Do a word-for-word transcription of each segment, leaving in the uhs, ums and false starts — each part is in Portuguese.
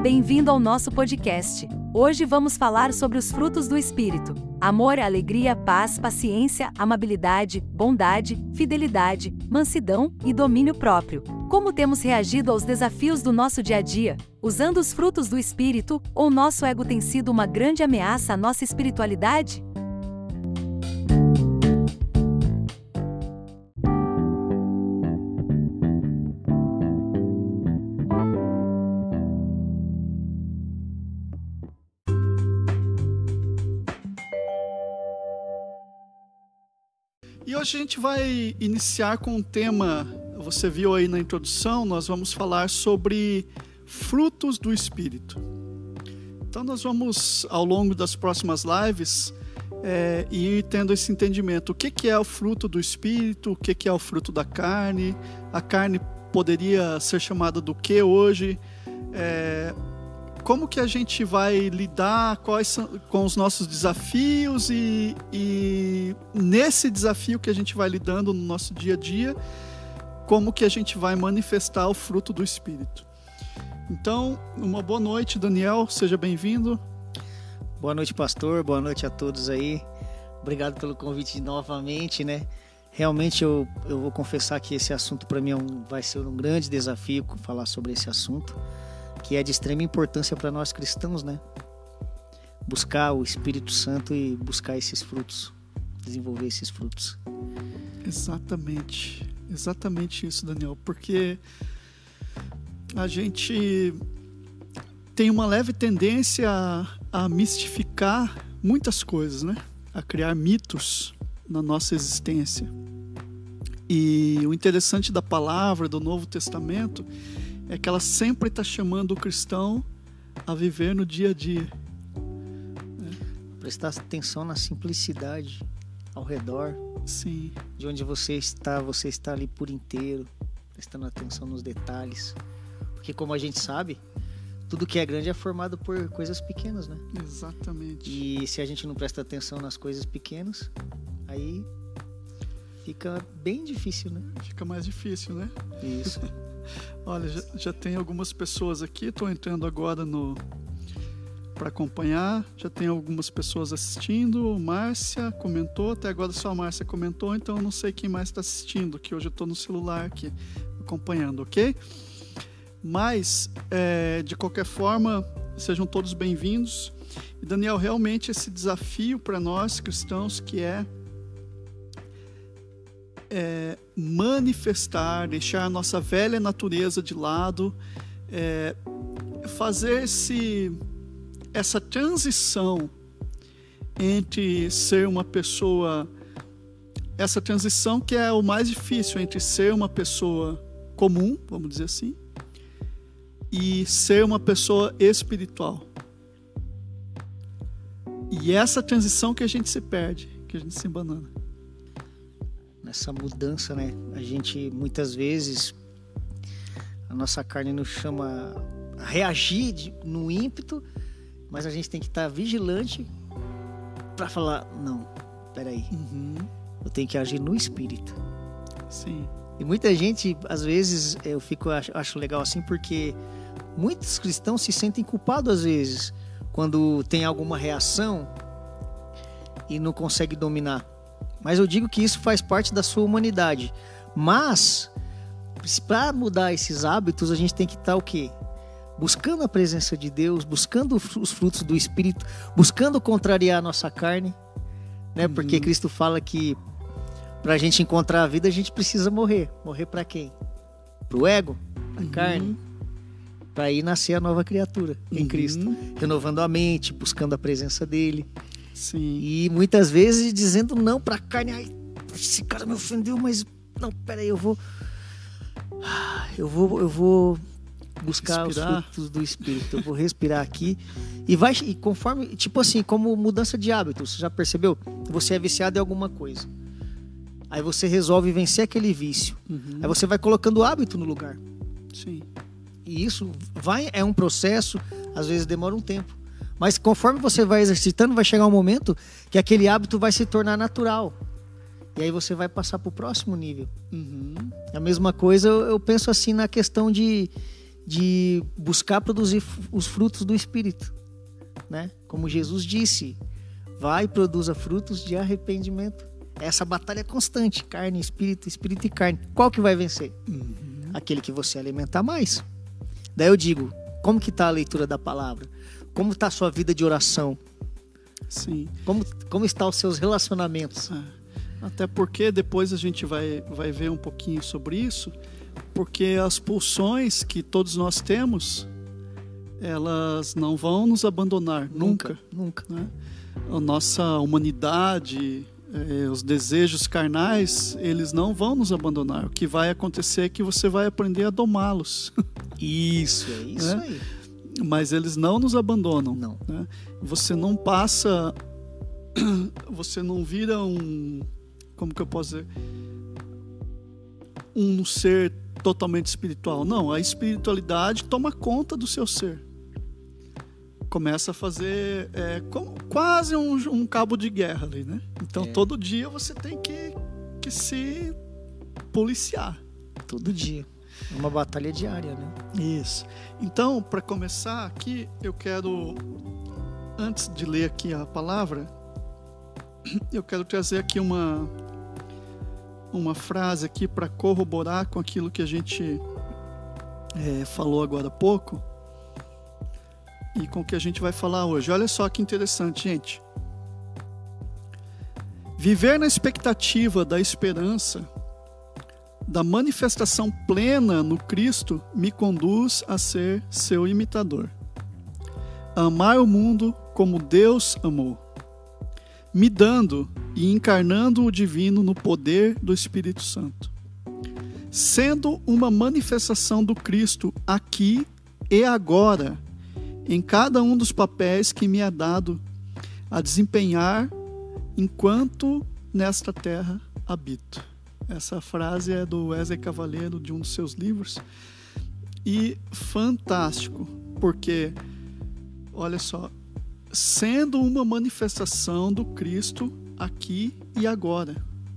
Bem-vindo ao nosso podcast. Hoje vamos falar sobre os frutos do Espírito: amor, alegria, paz, paciência, amabilidade, bondade, fidelidade, mansidão e domínio próprio. Como temos reagido aos desafios do nosso dia a dia, usando os frutos do Espírito, ou nosso ego tem sido uma grande ameaça à nossa espiritualidade? E hoje a gente vai iniciar com um tema, você viu aí na introdução, nós vamos falar sobre frutos do Espírito. Então nós vamos, ao longo das próximas lives, é, ir tendo esse entendimento. O que, que é o fruto do Espírito, o que, que é o fruto da carne, a carne poderia ser chamada do que hoje, é, como que a gente vai lidar quais são, com os nossos desafios e, e nesse desafio que a gente vai lidando no nosso dia a dia, como que a gente vai manifestar o fruto do Espírito. Então, uma boa noite, Daniel, seja bem-vindo. Boa noite, pastor, boa noite a todos aí. Obrigado pelo convite novamente, né? Realmente eu, eu vou confessar que esse assunto para mim é um, vai ser um grande desafio falar sobre esse assunto, que é de extrema importância para nós cristãos, né? Buscar o Espírito Santo e buscar esses frutos, desenvolver esses frutos. Exatamente, exatamente isso, Daniel, porque a gente tem uma leve tendência a, a mistificar muitas coisas, né? A criar mitos na nossa existência. E o interessante da palavra do Novo Testamento é que ela sempre está chamando o cristão a viver no dia a dia. É. Prestar atenção na simplicidade ao redor. Sim. De onde você está, você está ali por inteiro, prestando atenção nos detalhes. Porque como a gente sabe, tudo que é grande é formado por coisas pequenas, né? Exatamente. E se a gente não presta atenção nas coisas pequenas, aí fica bem difícil, né? Fica mais difícil, né? Isso. Olha, já, já tem algumas pessoas aqui, estou entrando agora no para acompanhar, já tem algumas pessoas assistindo. Márcia comentou, até agora só a Márcia comentou, então eu não sei quem mais está assistindo, que hoje eu estou no celular aqui acompanhando, ok? Mas, é, de qualquer forma, sejam todos bem-vindos. E Daniel, realmente esse desafio para nós cristãos que é É, manifestar, deixar a nossa velha natureza de lado, é, fazer esse, essa transição entre ser uma pessoa, essa transição que é o mais difícil entre ser uma pessoa comum, vamos dizer assim, e ser uma pessoa espiritual. E essa transição que a gente se perde, que a gente se embanana. Nessa mudança, né? A gente, muitas vezes, a nossa carne nos chama a reagir de, no ímpeto, mas a gente tem que estar vigilante para falar, não, peraí, uhum. eu tenho que agir no Espírito. Sim. E muita gente, às vezes, eu fico, acho, acho legal assim, porque muitos cristãos se sentem culpados, às vezes, quando tem alguma reação e não consegue dominar. Mas eu digo que isso faz parte da sua humanidade. Mas, para mudar esses hábitos, a gente tem que estar o quê? Buscando a presença de Deus, buscando os frutos do Espírito, buscando contrariar a nossa carne, né? Uhum. Porque Cristo fala que para a gente encontrar a vida, a gente precisa morrer. Morrer para quem? Para o ego, para a uhum. carne, para ir nascer a nova criatura em uhum. Cristo, renovando a mente, buscando a presença dele. Sim. E muitas vezes dizendo não para a carne. Ai, esse cara me ofendeu, mas não, peraí, eu vou eu vou, eu vou buscar respirar. Os frutos do Espírito, eu vou respirar aqui e vai, e conforme, tipo assim, como mudança de hábitos, você já percebeu? Você é viciado em alguma coisa, aí você resolve vencer aquele vício, uhum. aí você vai colocando o hábito no lugar. Sim. E isso vai, é um processo, às vezes demora um tempo. Mas conforme você vai exercitando, vai chegar um momento que aquele hábito vai se tornar natural. E aí você vai passar para o próximo nível. Uhum. A mesma coisa eu, eu penso assim na questão de, de buscar produzir os frutos do Espírito, né? Como Jesus disse, vai e produza frutos de arrependimento. Essa batalha é constante, carne, espírito, espírito e carne. Qual que vai vencer? Uhum. Aquele que você alimentar mais. Daí eu digo, como que está a leitura da palavra? Como está a sua vida de oração? Sim. Como, como estão os seus relacionamentos? É. Até porque depois a gente vai, vai ver um pouquinho sobre isso, porque as pulsões que todos nós temos, elas não vão nos abandonar nunca. Nunca. nunca. Né? A nossa humanidade, eh, os desejos carnais, eles não vão nos abandonar. O que vai acontecer é que você vai aprender a domá-los. Isso, é isso né? aí. Mas eles não nos abandonam. Não. Né? Você não passa... Você não vira um... Como que eu posso dizer? Um ser totalmente espiritual. Não, a espiritualidade toma conta do seu ser. Começa a fazer é, como, quase um, um cabo de guerra ali, né? Então, é. todo dia você tem que, que se policiar. Todo dia. É uma batalha diária, né? Isso. Então, para começar aqui, eu quero, antes de ler aqui a palavra, eu quero trazer aqui uma, uma frase aqui para corroborar com aquilo que a gente é, falou agora há pouco e com o que a gente vai falar hoje. Olha só que interessante, gente. Viver na expectativa da esperança, da manifestação plena no Cristo, me conduz a ser seu imitador. Amar o mundo como Deus amou, me dando e encarnando o divino no poder do Espírito Santo, sendo uma manifestação do Cristo aqui e agora, em cada um dos papéis que me é dado a desempenhar enquanto nesta terra habito. Essa frase é do Wesley Cavaleiro, de um dos seus livros, e fantástico, porque, olha só, sendo uma manifestação do Cristo aqui e agora,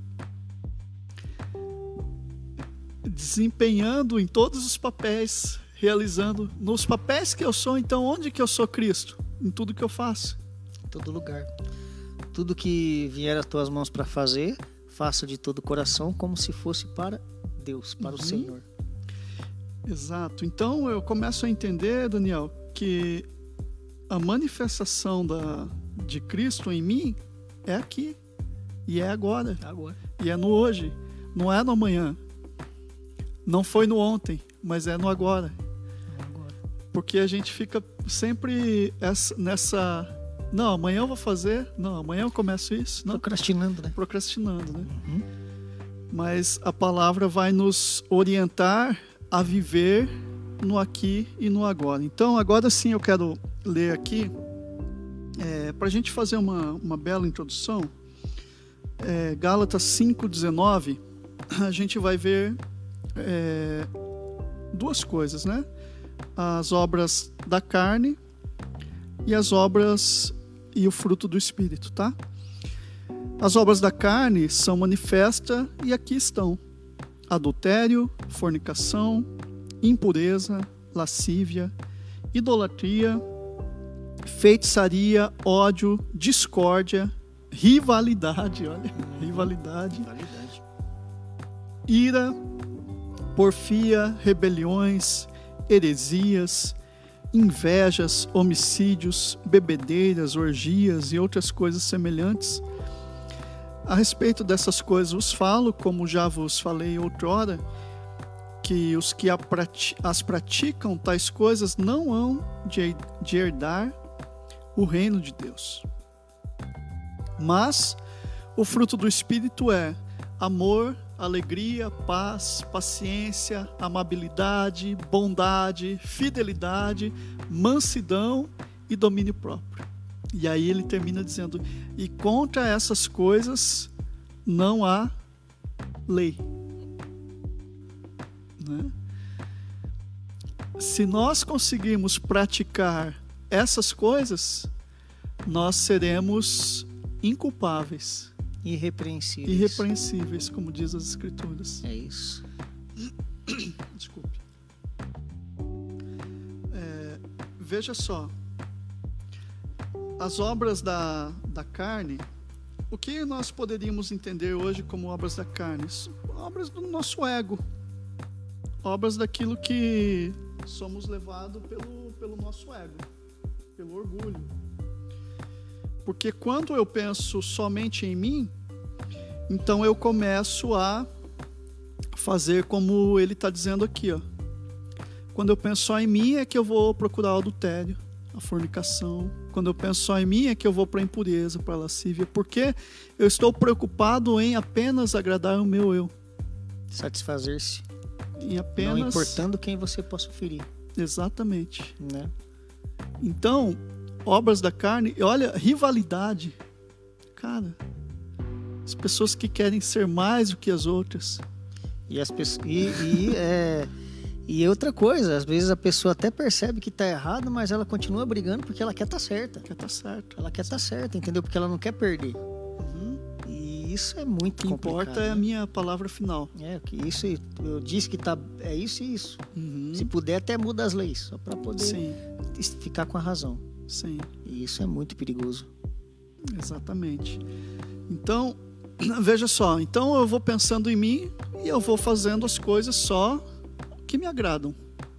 desempenhando em todos os papéis, realizando nos papéis que eu sou. Então, onde que eu sou Cristo? Em tudo que eu faço. Em todo lugar. Tudo que vier às tuas mãos para fazer, faça de todo o coração, como se fosse para Deus, para uhum. o Senhor. Exato. Então, eu começo a entender, Daniel, que a manifestação da, de Cristo em mim é aqui. E é agora. agora. E é no hoje. Não é no amanhã. Não foi no ontem, mas é no agora. É agora. Porque a gente fica sempre essa, nessa... Não, amanhã eu vou fazer. Não, amanhã eu começo isso. Não. Procrastinando, né? Procrastinando, né? Uhum. Mas a palavra vai nos orientar a viver no aqui e no agora. Então, agora sim eu quero ler aqui, é, para a gente fazer uma, uma bela introdução, é, Gálatas cinco, dezenove, a gente vai ver é, duas coisas, né? As obras da carne e as obras e o fruto do Espírito, tá? As obras da carne são manifestas e aqui estão: adultério, fornicação, impureza, lascívia, idolatria, feitiçaria, ódio, discórdia, rivalidade, olha, rivalidade, rivalidade, ira, porfia, rebeliões, heresias, invejas, homicídios, bebedeiras, orgias e outras coisas semelhantes. A respeito dessas coisas vos falo, como já vos falei outrora, que os que as praticam tais coisas não hão de herdar o reino de Deus. Mas o fruto do Espírito é amor, alegria, paz, paciência, amabilidade, bondade, fidelidade, mansidão e domínio próprio. E aí ele termina dizendo: e contra essas coisas não há lei. Né? Se nós conseguirmos praticar essas coisas, nós seremos inculpáveis, irrepreensíveis, irrepreensíveis, como diz as Escrituras. É isso. Desculpe. veja só, as obras da, da carne, o que nós poderíamos entender hoje como obras da carne? Obras do nosso ego, obras daquilo que somos levados pelo, pelo nosso ego, pelo orgulho. Porque quando eu penso somente em mim, então eu começo a fazer como ele está dizendo aqui, ó. Quando eu penso só em mim é que eu vou procurar o adultério, a fornicação. Quando eu penso só em mim é que eu vou para a impureza, para a lascívia. Porque eu estou preocupado em apenas agradar o meu eu. Satisfazer-se. Em apenas... Não importando quem você possa ferir. Exatamente. Né? Então, obras da carne, olha, rivalidade. Cara, as pessoas que querem ser mais do que as outras. E, as pessoas, e, e, é, e outra coisa, às vezes a pessoa até percebe que está errado, mas ela continua brigando porque ela quer estar tá certa. Quer estar tá certo. Ela quer estar tá certa, entendeu? Porque ela não quer perder. Uhum. E isso é muito complicado. O que complicado. importa, né? É a minha palavra final. É, que isso eu disse que tá, é isso e isso. Uhum. Se puder, até muda as leis, só para poder Sim. ficar com a razão. Sim. E isso é muito perigoso. Exatamente. Então, veja só, então eu vou pensando em mim e eu vou fazendo as coisas só que me agradam.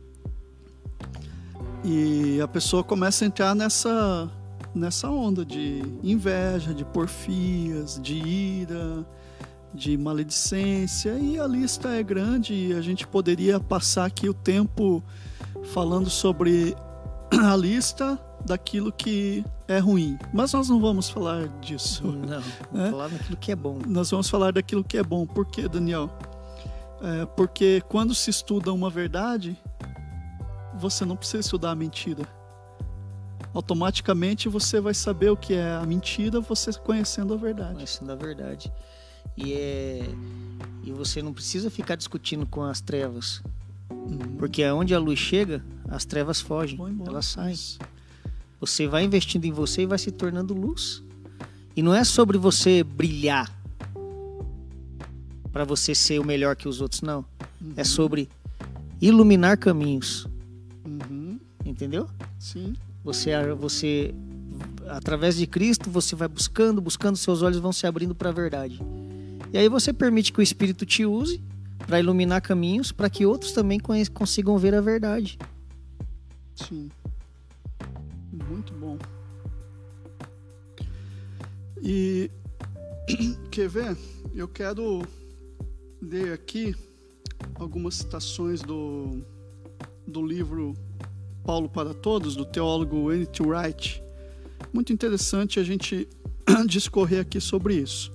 E a pessoa começa a entrar nessa, nessa onda de inveja, de porfias, de ira, de maledicência, e a lista é grande e a gente poderia passar aqui o tempo falando sobre a lista daquilo que é ruim. Mas nós não vamos falar disso. Não, vamos é? falar daquilo que é bom. Nós vamos falar daquilo que é bom. Por quê, Daniel? É porque quando se estuda uma verdade, você não precisa estudar a mentira. Automaticamente você vai saber o que é a mentira, você conhecendo a verdade. Conhecendo a verdade. E, é... e você não precisa ficar discutindo com as trevas. Uhum. Porque aonde a luz chega, as trevas fogem, elas saem. Você vai investindo em você e vai se tornando luz. E não é sobre você brilhar para você ser o melhor que os outros, não. Uhum. É sobre iluminar caminhos. Uhum. Entendeu? Sim. Você, você, através de Cristo, você vai buscando, buscando, seus olhos vão se abrindo para a verdade. E aí você permite que o Espírito te use para iluminar caminhos, para que outros também consigam ver a verdade. Sim. Muito bom. E quer ver? Eu quero ler aqui algumas citações do, do livro Paulo para Todos, do teólogo N T Wright. Muito interessante a gente discorrer aqui sobre isso.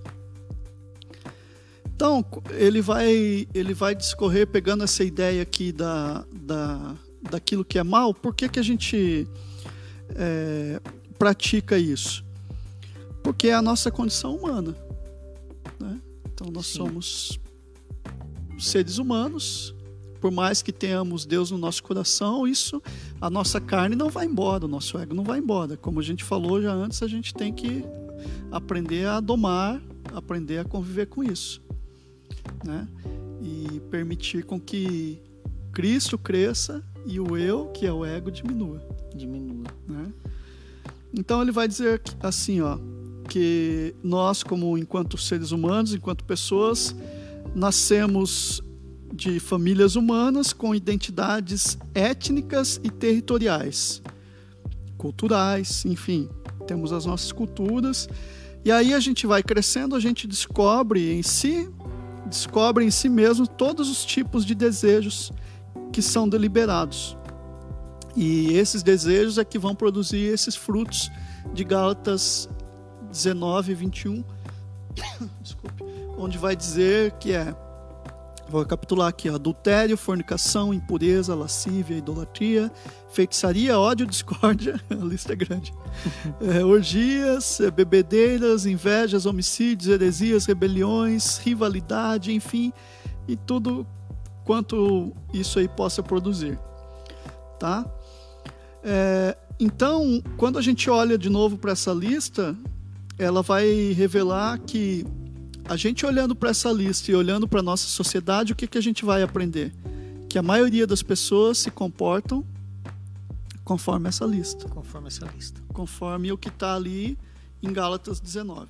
Então, ele vai, ele vai discorrer pegando essa ideia aqui da, da, daquilo que é mal. Por que que a gente é, pratica isso? Porque é a nossa condição humana, né? Então, nós Sim. somos seres humanos. Por mais que tenhamos Deus no nosso coração, isso, a nossa carne não vai embora, o nosso ego não vai embora. Como a gente falou já antes, a gente tem que aprender a domar, aprender a conviver com isso, né? E permitir com que Cristo cresça e o eu, que é o ego, diminua. Diminua. Né? Então ele vai dizer assim, ó, que nós, como enquanto seres humanos, enquanto pessoas, nascemos de famílias humanas com identidades étnicas e territoriais, culturais, enfim, temos as nossas culturas. E aí a gente vai crescendo, a gente descobre em si, descobre em si mesmo todos os tipos de desejos que são deliberados. E esses desejos é que vão produzir esses frutos de Gálatas dezenove, vinte e um, desculpe, onde vai dizer que é, vou recapitular aqui, ó, adultério, fornicação, impureza, lascívia, idolatria, feitiçaria, ódio, discórdia, a lista é grande, é, orgias, bebedeiras, invejas, homicídios, heresias, rebeliões, rivalidade, enfim, e tudo quanto isso aí possa produzir, tá? É, então, quando a gente olha de novo para essa lista, ela vai revelar que a gente olhando para essa lista e olhando para a nossa sociedade, o que, que a gente vai aprender? Que a maioria das pessoas se comportam Conforme essa lista. Conforme essa lista. Conforme o que está ali em Gálatas dezenove.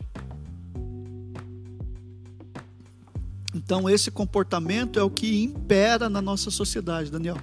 Então, esse comportamento é o que impera na nossa sociedade, Daniel.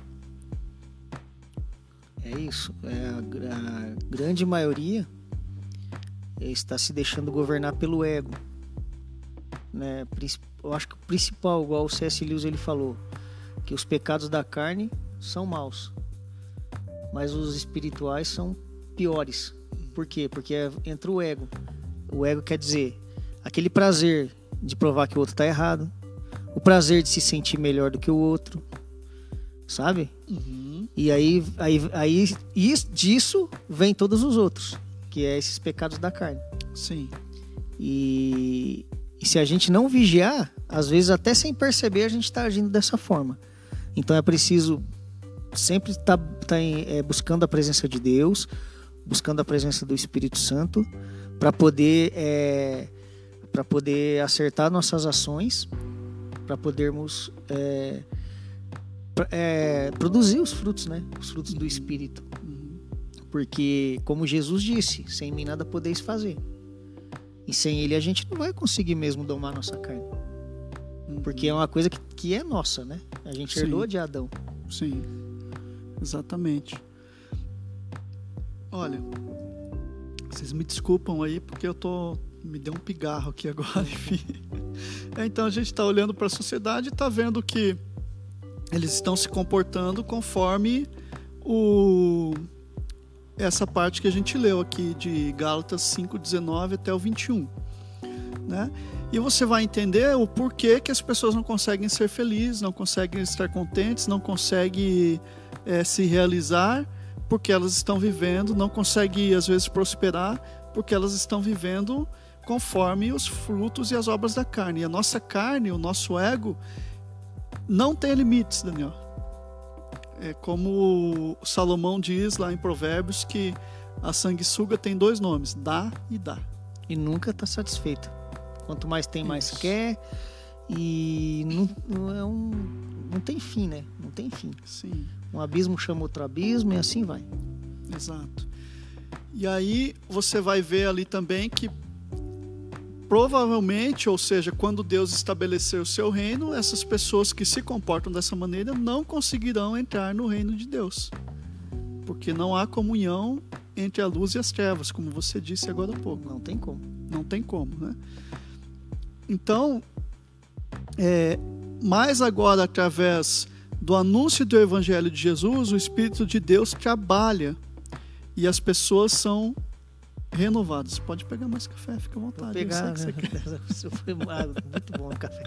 É isso. É a, a grande maioria está se deixando governar pelo ego. Né? Eu acho que o principal, igual o C S Lewis ele falou, que os pecados da carne são maus, mas os espirituais são piores. Por quê? Porque entra o ego. O ego quer dizer aquele prazer de provar que o outro está errado, o prazer de se sentir melhor do que o outro, sabe? Uhum. E aí, aí, aí isso, disso vem todos os outros, que é esses pecados da carne. Sim. E, e se a gente não vigiar, às vezes até sem perceber a gente está agindo dessa forma. Então é preciso sempre estar tá, tá é, buscando a presença de Deus, buscando a presença do Espírito Santo, para poder, é, para poder acertar nossas ações, para podermos é, é, produzir os frutos, né? Os frutos do Espírito. Porque, como Jesus disse, sem mim nada podeis fazer. E sem Ele a gente não vai conseguir mesmo domar nossa carne. Porque é uma coisa que, que é nossa, né? A gente Sim. herdou de Adão. Sim, exatamente. Olha, vocês me desculpam aí porque eu tô... me deu um pigarro aqui agora, enfim. Então a gente está olhando para a sociedade e está vendo que eles estão se comportando conforme o... essa parte que a gente leu aqui de Gálatas cinco, dezenove até o vinte e um, né? E você vai entender o porquê que as pessoas não conseguem ser felizes, não conseguem estar contentes, não conseguem é, se realizar, porque elas estão vivendo, não conseguem às vezes prosperar, porque elas estão vivendo conforme os frutos e as obras da carne. E a nossa carne, o nosso ego, não tem limites, Daniel. É como Salomão diz lá em Provérbios, que a sanguessuga tem dois nomes, dá e dá. E nunca está satisfeito. Quanto mais tem, mais Isso. quer. E não, não, é um, não tem fim, né? Não tem fim. Sim. Um abismo chama outro abismo e assim vai. Exato. E aí você vai ver ali também que provavelmente, ou seja, quando Deus estabelecer o seu reino, essas pessoas que se comportam dessa maneira não conseguirão entrar no reino de Deus. Porque não há comunhão entre a luz e as trevas, como você disse agora há pouco. Não tem como. Não tem como, né? Então, é, mais agora através do anúncio do Evangelho de Jesus, o Espírito de Deus trabalha e as pessoas são renovadas. Pode pegar mais café, fica à vontade. Vou pegar, eu sei que você isso foi muito bom o café.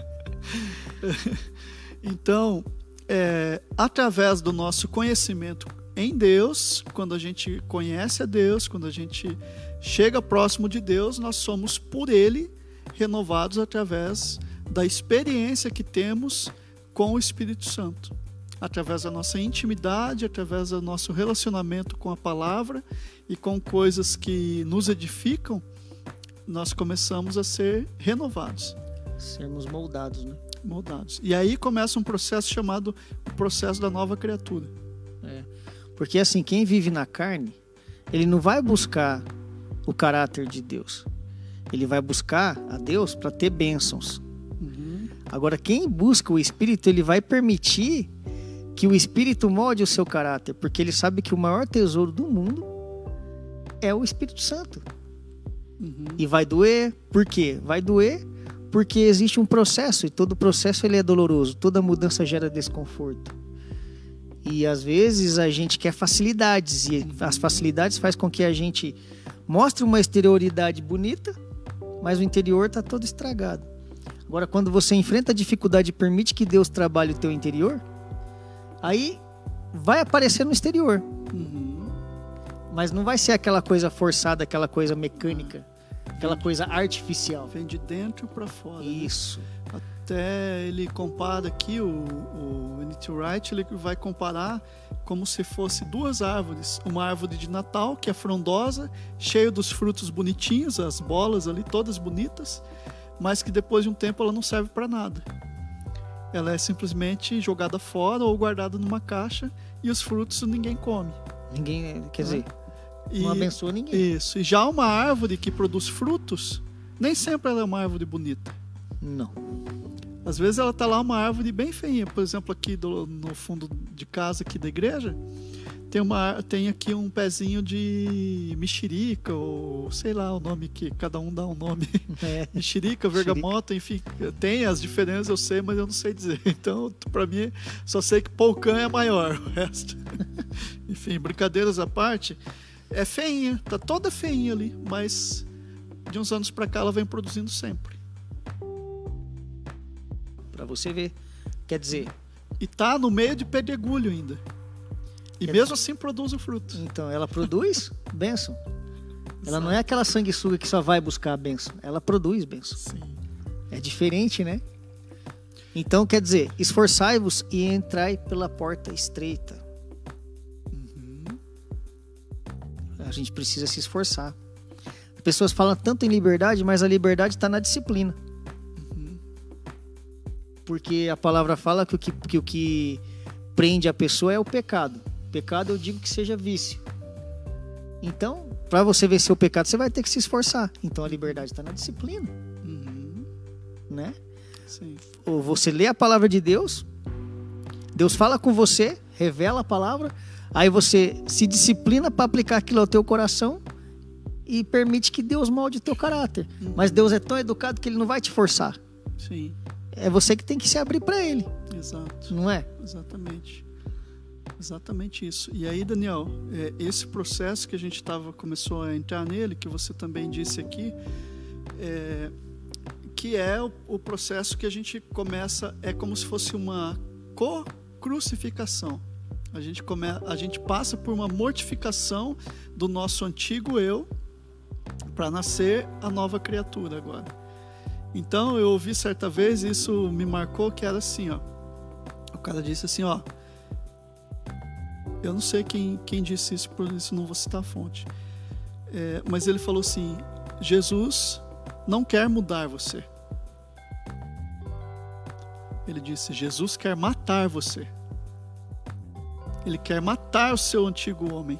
Então, é, através do nosso conhecimento em Deus, quando a gente conhece a Deus, quando a gente chega próximo de Deus, nós somos por Ele renovados através da experiência que temos com o Espírito Santo. Através da nossa intimidade, através do nosso relacionamento com a palavra e com coisas que nos edificam, nós começamos a ser renovados. Sermos moldados, né? Moldados. E aí começa um processo chamado o processo da nova criatura. É. Porque assim, quem vive na carne, ele não vai buscar o caráter de Deus. Ele vai buscar a Deus para ter bênçãos. Uhum. Agora, quem busca o Espírito, ele vai permitir que o Espírito molde o seu caráter, porque ele sabe que o maior tesouro do mundo é o Espírito Santo. Uhum. E vai doer, por quê? Vai doer porque existe um processo, e todo processo ele é doloroso, toda mudança gera desconforto. E às vezes a gente quer facilidades, e as facilidades faz com que a gente mostre uma exterioridade bonita, mas o interior está todo estragado. Agora, quando você enfrenta a dificuldade e permite que Deus trabalhe o teu interior, aí vai aparecer no exterior. Uhum. Mas não vai ser aquela coisa forçada, aquela coisa mecânica, aquela coisa artificial. Vem de dentro para fora. Isso. Né? Até ele compara aqui, o, o N T Wright, ele vai comparar como se fosse duas árvores. Uma árvore de Natal, que é frondosa, cheia dos frutos bonitinhos, as bolas ali todas bonitas, mas que depois de um tempo ela não serve para nada. Ela é simplesmente jogada fora ou guardada numa caixa e os frutos ninguém come. Ninguém, quer dizer, E, não abençoa ninguém. Isso. E já uma árvore que produz frutos, nem sempre ela é uma árvore bonita. Não. Às vezes ela tá lá uma árvore bem feinha. Por exemplo, aqui do, no fundo de casa aqui da igreja, tem, uma, tem aqui um pezinho de mexerica, ou sei lá o nome que cada um dá um nome. É. Mexerica, bergamota, enfim. Tem as diferenças, eu sei, mas eu não sei dizer. Então, para mim, só sei que polcã é maior. O resto... Enfim, brincadeiras à parte, é feinha, tá toda feinha ali, mas de uns anos para cá ela vem produzindo sempre. Para você ver. Quer dizer... E tá no meio de pedregulho ainda. E Quer mesmo dizer... assim produz o fruto. Então, ela produz bênção. Ela não é aquela sanguessuga que só vai buscar a bênção. Ela produz bênção. Sim. É diferente, né? Então, quer dizer, esforçai-vos e entrai pela porta estreita. Uhum. A gente precisa se esforçar. As pessoas falam tanto em liberdade, mas a liberdade está na disciplina. Uhum. Porque a palavra fala que o que, que o que prende a pessoa é o pecado. Pecado eu digo que seja vício. Então, para você vencer o pecado, você vai ter que se esforçar. Então a liberdade está na disciplina. Uhum. Né? Sim. Ou você lê a palavra de Deus, Deus fala com você, revela a palavra, aí você se disciplina para aplicar aquilo ao teu coração e permite que Deus molde o teu caráter. Uhum. Mas Deus é tão educado que Ele não vai te forçar. Sim. É você que tem que se abrir para Ele. Exato. Não é? Exatamente. Exatamente isso. E aí, Daniel, é, esse processo que a gente tava, começou a entrar nele, que você também disse aqui, é, que é o, o processo que a gente começa, é como se fosse uma co-crucificação. A gente, come, a gente passa por uma mortificação do nosso antigo eu para nascer a nova criatura agora. Então, eu ouvi certa vez, isso me marcou, que era assim, ó. O cara disse assim, ó, eu não sei quem, quem disse isso, por isso não vou citar a fonte. É, mas ele falou assim, Jesus não quer mudar você. Ele disse, Jesus quer matar você. Ele quer matar o seu antigo homem.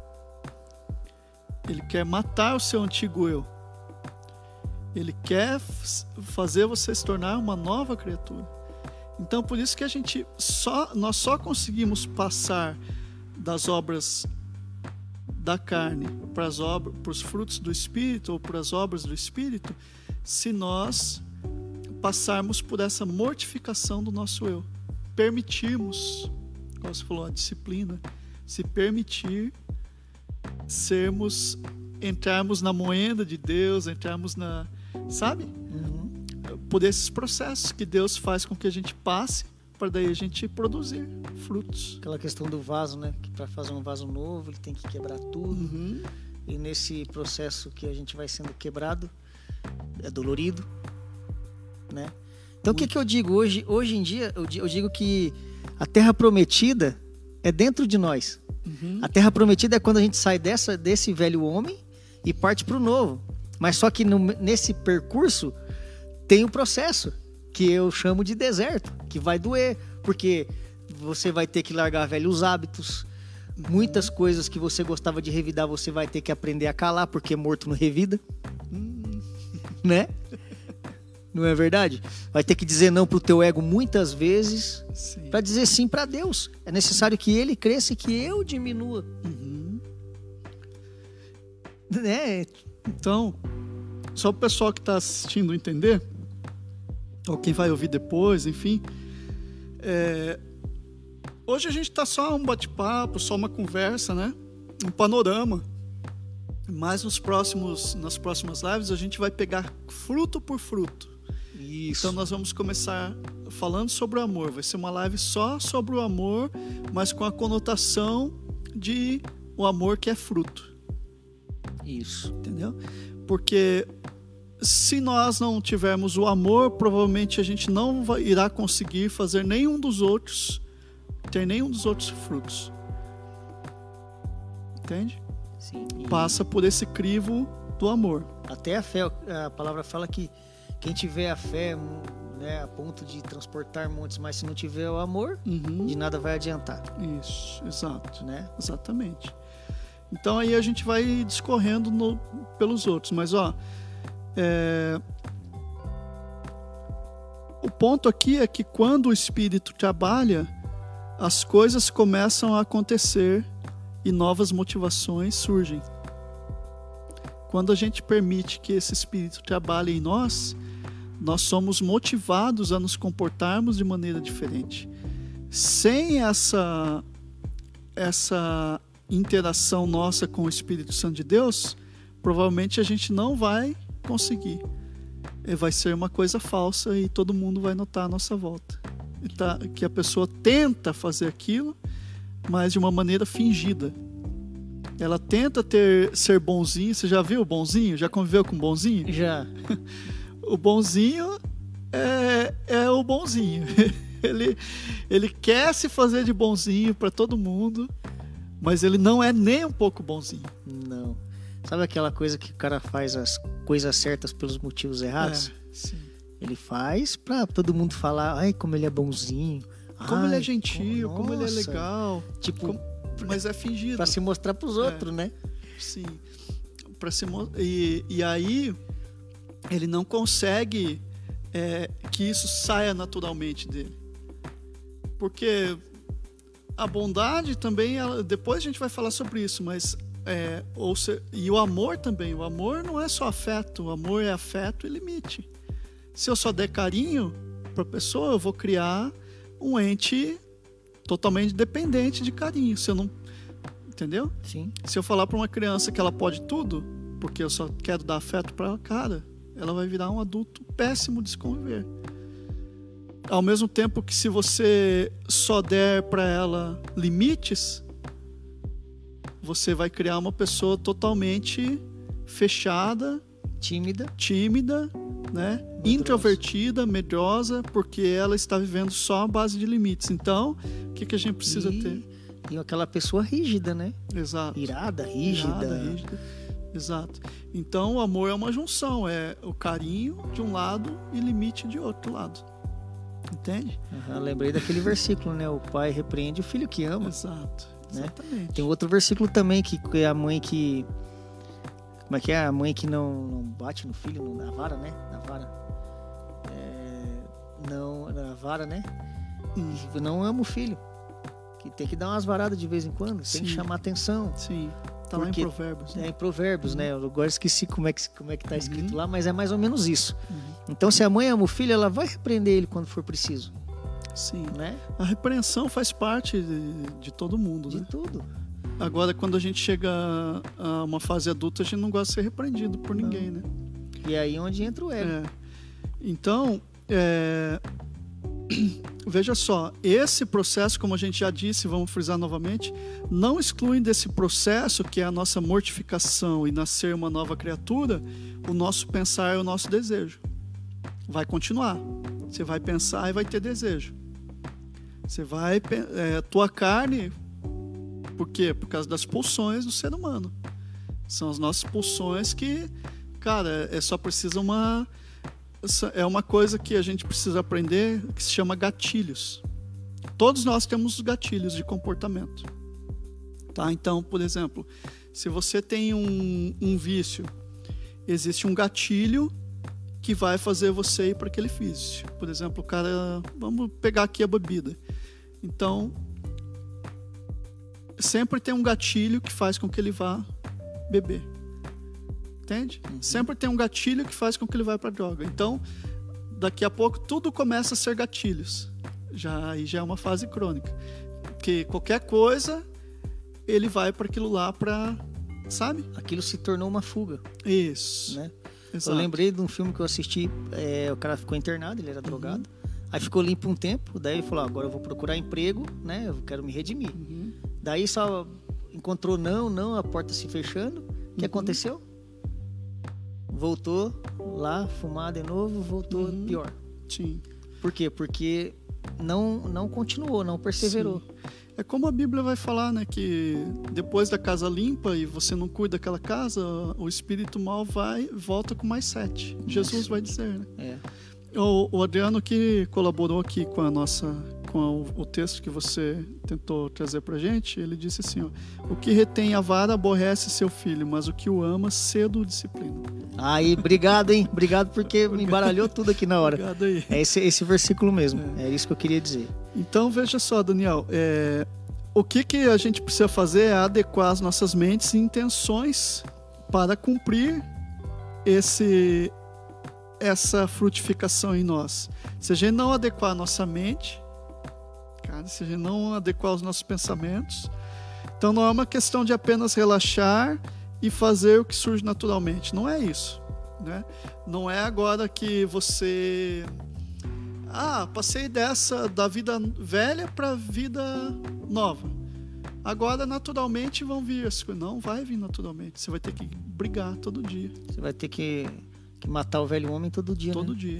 Ele quer matar o seu antigo eu. Ele quer fazer você se tornar uma nova criatura. Então, por isso que a gente só, nós só conseguimos passar das obras da carne para as obras, para os frutos do Espírito ou para as obras do Espírito, se nós passarmos por essa mortificação do nosso eu, permitirmos, como você falou, a disciplina, se permitir sermos, entrarmos na moenda de Deus, entrarmos na, sabe? Uhum. Por esses processos que Deus faz com que a gente passe, para daí a gente produzir frutos. Aquela questão do vaso, né? Que para fazer um vaso novo, ele tem que quebrar tudo. Uhum. E nesse processo que a gente vai sendo quebrado, é dolorido, né? Então, o que, que eu digo? Hoje, hoje em dia, eu digo, eu digo que a terra prometida é dentro de nós. Uhum. A terra prometida é quando a gente sai dessa, desse velho homem e parte para o novo. Mas só que no, nesse percurso tem o processo, que eu chamo de deserto, que vai doer, porque você vai ter que largar velhos hábitos, muitas coisas que você gostava de revidar, você vai ter que aprender a calar, porque morto não revida, Hum. né? Não é verdade? Vai ter que dizer não pro teu ego muitas vezes, Sim. para dizer sim para Deus. É necessário que Ele cresça e que eu diminua. Uhum. Né? Então, só o pessoal que está assistindo entender, ou quem vai ouvir depois, enfim, é, hoje a gente está só um bate-papo, só uma conversa, né? Um panorama. Mas nos próximos, nas próximas lives a gente vai pegar fruto por fruto. Isso. Então nós vamos começar falando sobre o amor. Vai ser uma live só sobre o amor, mas com a conotação de o amor que é fruto. Isso. Entendeu? Porque se nós não tivermos o amor, provavelmente a gente não vai, irá conseguir fazer nenhum dos outros, ter nenhum dos outros frutos. Entende? Sim. E Passa por esse crivo do amor. até a fé, a palavra fala que quem tiver a fé, né, a ponto de transportar montes, mas se não tiver o amor, Uhum. de nada vai adiantar, Isso, exato. né? Exatamente. Então aí a gente vai discorrendo no, pelos outros. Mas ó, é... o ponto aqui é que quando o Espírito trabalha, as coisas começam a acontecer e novas motivações surgem. Quando a gente permite que esse Espírito trabalhe em nós, nós somos motivados a nos comportarmos de maneira diferente. Sem essa, essa interação nossa com o Espírito Santo de Deus, provavelmente a gente não vai conseguir. Vai ser uma coisa falsa e todo mundo vai notar à nossa volta. Tá, que a pessoa tenta fazer aquilo, mas de uma maneira fingida. Ela tenta ter, ser bonzinho. Você já viu o bonzinho? Já conviveu com o bonzinho? Já. O bonzinho é, é o bonzinho. Ele, ele quer se fazer de bonzinho para todo mundo, mas ele não é nem um pouco bonzinho. Não. Sabe aquela coisa que o cara faz as coisas certas pelos motivos errados? É, sim. Ele faz pra todo mundo falar, ai, como ele é bonzinho. Como ai, ele é gentil, como, como ele é nossa. legal. Tipo, como, mas é fingido. Pra se mostrar pros outros, é, né? Sim. Pra se, e, e aí, ele não consegue é, que isso saia naturalmente dele. Porque a bondade também, ela, depois a gente vai falar sobre isso, mas... É, ou se, e o amor também. O amor não é só afeto. O amor é afeto e limite. Se eu só der carinho para a pessoa, eu vou criar um ente totalmente dependente de carinho. Se eu não, entendeu? Sim. Se eu falar para uma criança que ela pode tudo, porque eu só quero dar afeto para ela, cara, ela vai virar um adulto péssimo de se conviver. Ao mesmo tempo que se você só der para ela limites, você vai criar uma pessoa totalmente fechada, tímida, tímida, né? Medrosa. Introvertida, medrosa, porque ela está vivendo só à base de limites. Então, o que, que a gente precisa e, ter? E aquela pessoa rígida, né? Exato. Irada, rígida. Irada, rígida. Exato. Então, o amor é uma junção. É o carinho de um lado e limite de outro lado. Entende? Uhum, lembrei daquele versículo, né? O pai repreende o filho que ama. Exato. Né? Exatamente. Tem outro versículo também que é a mãe que... Como é que é? A mãe que não, não bate no filho, não dá vara, né? Na vara. É, não, na vara, né? Hum. Que não ama o filho. Que tem que dar umas varadas de vez em quando. Tem Sim. que chamar atenção. Sim. Tá lá em Provérbios. Né? É em Provérbios, né? Eu agora esqueci como é que, como é que tá escrito uhum. lá, mas é mais ou menos isso. Uhum. Então, se a mãe ama o filho, ela vai repreender ele quando for preciso. Sim. Né? A repreensão faz parte de, de todo mundo, De né? tudo. Agora, quando a gente chega a uma fase adulta, a gente não gosta de ser repreendido por ninguém, né? E aí onde entra o ego. É. Então, é... veja só, esse processo, como a gente já disse, vamos frisar novamente, não exclui desse processo, que é a nossa mortificação e nascer uma nova criatura, o nosso pensar e o nosso desejo. Vai continuar. Você vai pensar e vai ter desejo. Você vai... É, tua carne... Por quê? Por causa das pulsões do ser humano. São as nossas pulsões que, cara, é só precisa uma... É uma coisa que a gente precisa aprender, que se chama gatilhos. Todos nós temos gatilhos de comportamento. Tá? Então, por exemplo, se você tem um, um vício, existe um gatilho que vai fazer você ir para aquele vício. Por exemplo, o cara... Vamos pegar aqui a bebida. Então... sempre tem um gatilho que faz com que ele vá beber. Entende? Uhum. Sempre tem um gatilho que faz com que ele vá para a droga. Então, daqui a pouco, tudo começa a ser gatilhos. Já, aí já é uma fase crônica. Porque qualquer coisa, ele vai para aquilo lá para... Sabe? Aquilo se tornou uma fuga. Isso. Né? Exato. Eu lembrei de um filme que eu assisti, é, o cara ficou internado, ele era uhum. drogado. Aí ficou limpo um tempo, daí ele falou, agora eu vou procurar emprego, né? Eu quero me redimir. Uhum. Daí só encontrou não, não, a porta se fechando. O que uhum. aconteceu? Voltou lá, fumar de novo, voltou uhum. pior. Sim. Por quê? Porque não, não continuou, não perseverou. Sim. É como a Bíblia vai falar, né? Que depois da casa limpa e você não cuida daquela casa, o espírito mal vai volta com mais sete. Nossa. Jesus vai dizer, né? É. O, o Adriano que colaborou aqui com a nossa com o, o texto que você tentou trazer para a gente, ele disse assim, ó, o que retém a vara aborrece seu filho, mas o que o ama cedo o disciplina. Aí, obrigado, hein? Obrigado porque me embaralhou tudo aqui na hora. Obrigado aí. É esse, esse versículo mesmo, É. é isso que eu queria dizer. Então, veja só, Daniel, é, o que, que a gente precisa fazer é adequar as nossas mentes e intenções para cumprir esse, essa frutificação em nós. Se a gente não adequar a nossa mente, cara, se a gente não adequar os nossos pensamentos, então não é uma questão de apenas relaxar e fazer o que surge naturalmente. Não é isso, né? Não é agora que você... Ah, passei dessa da vida velha para a vida nova. Agora, naturalmente, vão vir as coisas. Não vai vir naturalmente. Você vai ter que brigar todo dia. Você vai ter que, que matar o velho homem todo dia, Todo né? dia.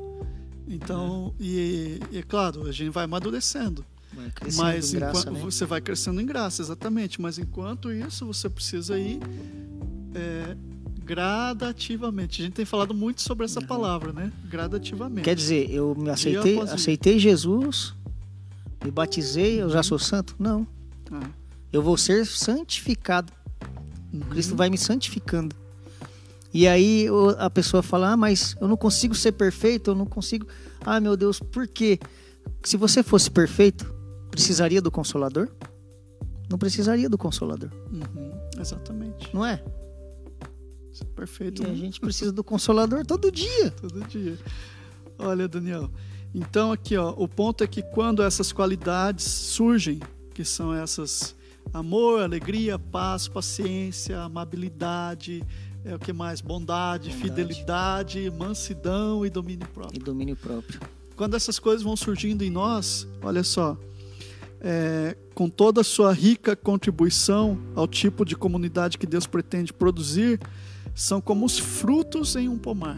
Então, é. E, e é claro, a gente vai amadurecendo. Vai crescendo Mas em graça, enquanto, né? você vai crescendo em graça, exatamente. Mas enquanto isso, você precisa ir é, gradativamente. A gente tem falado muito sobre essa Uhum. palavra, né? Gradativamente. Quer dizer, eu me aceitei, após dia. aceitei Jesus, me batizei, eu já sou santo? Não. Ah. Eu vou ser santificado. Uhum. Cristo vai me santificando. E aí o- a pessoa fala, ah, mas eu não consigo ser perfeito, eu não consigo... Ah, meu Deus, por quê? Se você fosse perfeito, precisaria do Consolador? Não precisaria do Consolador, Uhum. Exatamente. não é? Perfeito. E a né? gente precisa do Consolador todo dia. Todo dia. Olha, Daniel. Então aqui, ó, o ponto é que quando essas qualidades surgem, que são essas amor, alegria, paz, paciência, amabilidade, é o que mais? Bondade, Bondade. fidelidade, mansidão e domínio E próprio. domínio próprio. Quando essas coisas vão surgindo em nós, olha só, é, com toda a sua rica contribuição ao tipo de comunidade que Deus pretende produzir, são como os frutos em um pomar.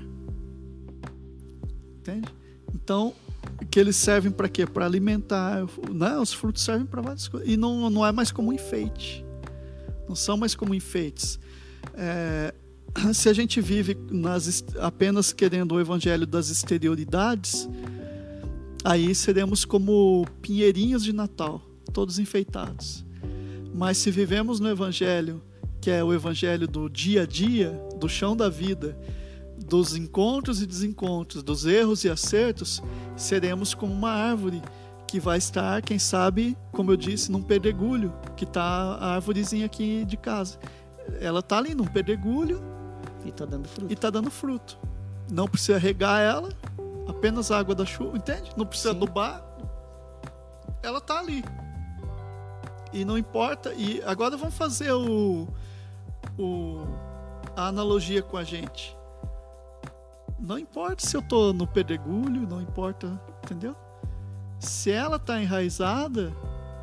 Entende? Então, que eles servem para quê? Para alimentar, né? Os frutos servem para várias coisas. E não, não é mais como enfeite. Não são mais como enfeites. É, se a gente vive nas, apenas querendo o evangelho das exterioridades, aí seremos como pinheirinhos de Natal, todos enfeitados. Mas se vivemos no evangelho, que é o evangelho do dia a dia, do chão da vida, dos encontros e desencontros, dos erros e acertos, seremos como uma árvore que vai estar, quem sabe, como eu disse, num pedregulho, que está a árvorezinha aqui de casa. Ela está ali num pedregulho E tá dando fruto. e está dando fruto. Não precisa regar ela, apenas a água da chuva, entende? Não precisa Sim. adubar. Ela está ali. E não importa. E agora vamos fazer o, o, a analogia com a gente. Não importa se eu estou no pedregulho, não importa, entendeu? Se ela está enraizada,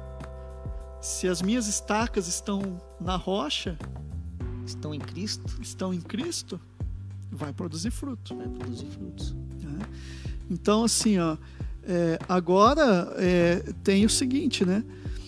se as minhas estacas estão na rocha, Estão em Cristo, estão em Cristo, vai produzir fruto. vai produzir frutos. Né? Então, assim, ó, é, agora é, tem o seguinte, né?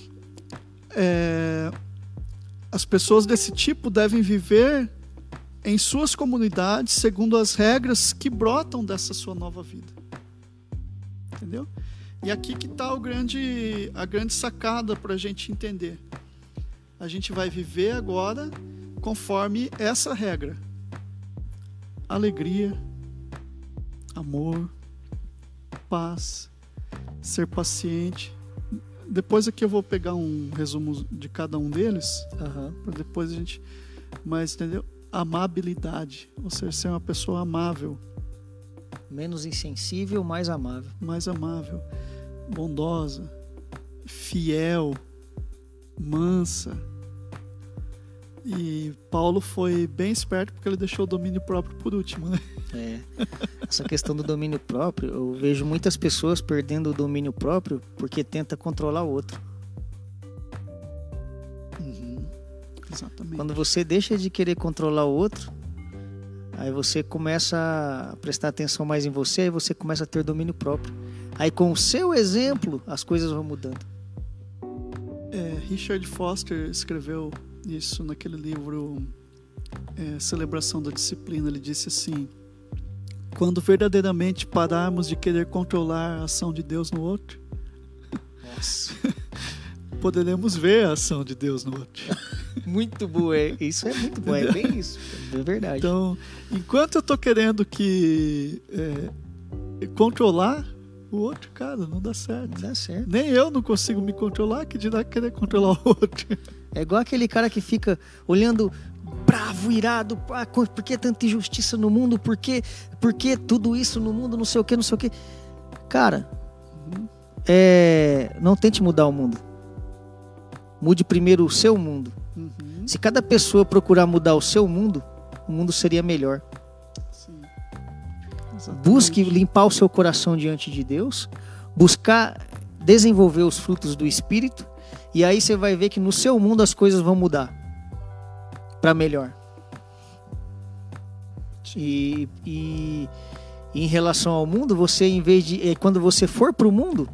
É, as pessoas desse tipo devem viver em suas comunidades segundo as regras que brotam dessa sua nova vida. Entendeu? E aqui que está o grande, a grande sacada para a gente entender. A gente vai viver agora conforme essa regra. Alegria, amor, paz, ser paciente. Depois aqui eu vou pegar um resumo de cada um deles, Aham. para depois a gente... Mas, entendeu? Amabilidade, ou seja, ser uma pessoa amável, Menos insensível, mais amável. mais amável, bondosa, fiel, mansa. E Paulo foi bem esperto porque ele deixou o domínio próprio por último, né? É. Essa questão do domínio próprio, eu vejo muitas pessoas perdendo o domínio próprio porque tenta controlar o outro. Uhum. Exatamente. Quando você deixa de querer controlar o outro, aí você começa a prestar atenção mais em você, aí você começa a ter domínio próprio. Aí com o seu exemplo, as coisas vão mudando. É, Richard Foster escreveu isso naquele livro é, Celebração da Disciplina. Ele disse assim: quando verdadeiramente pararmos de querer controlar a ação de Deus no outro, Isso. Poderemos ver a ação de Deus no outro. Muito boa. É, isso é muito bom. É bem isso. É verdade. Então, enquanto eu estou querendo que é, controlar o outro, cara, não dá certo. Não dá certo. Nem eu não consigo me controlar, que dirá querer controlar o outro. É igual aquele cara que fica olhando bravo, irado, ah, por que tanta injustiça no mundo, por que, por que tudo isso no mundo, não sei o que, não sei o que. Cara, uhum. é, não tente mudar o mundo. Mude primeiro o seu mundo. Uhum. Se cada pessoa procurar mudar o seu mundo, o mundo seria melhor. Sim. Busque limpar o seu coração diante de Deus, buscar desenvolver os frutos do Espírito, e aí você vai ver que no seu mundo as coisas vão mudar para melhor. E, e, e em relação ao mundo, você, em vez de quando você for para o mundo,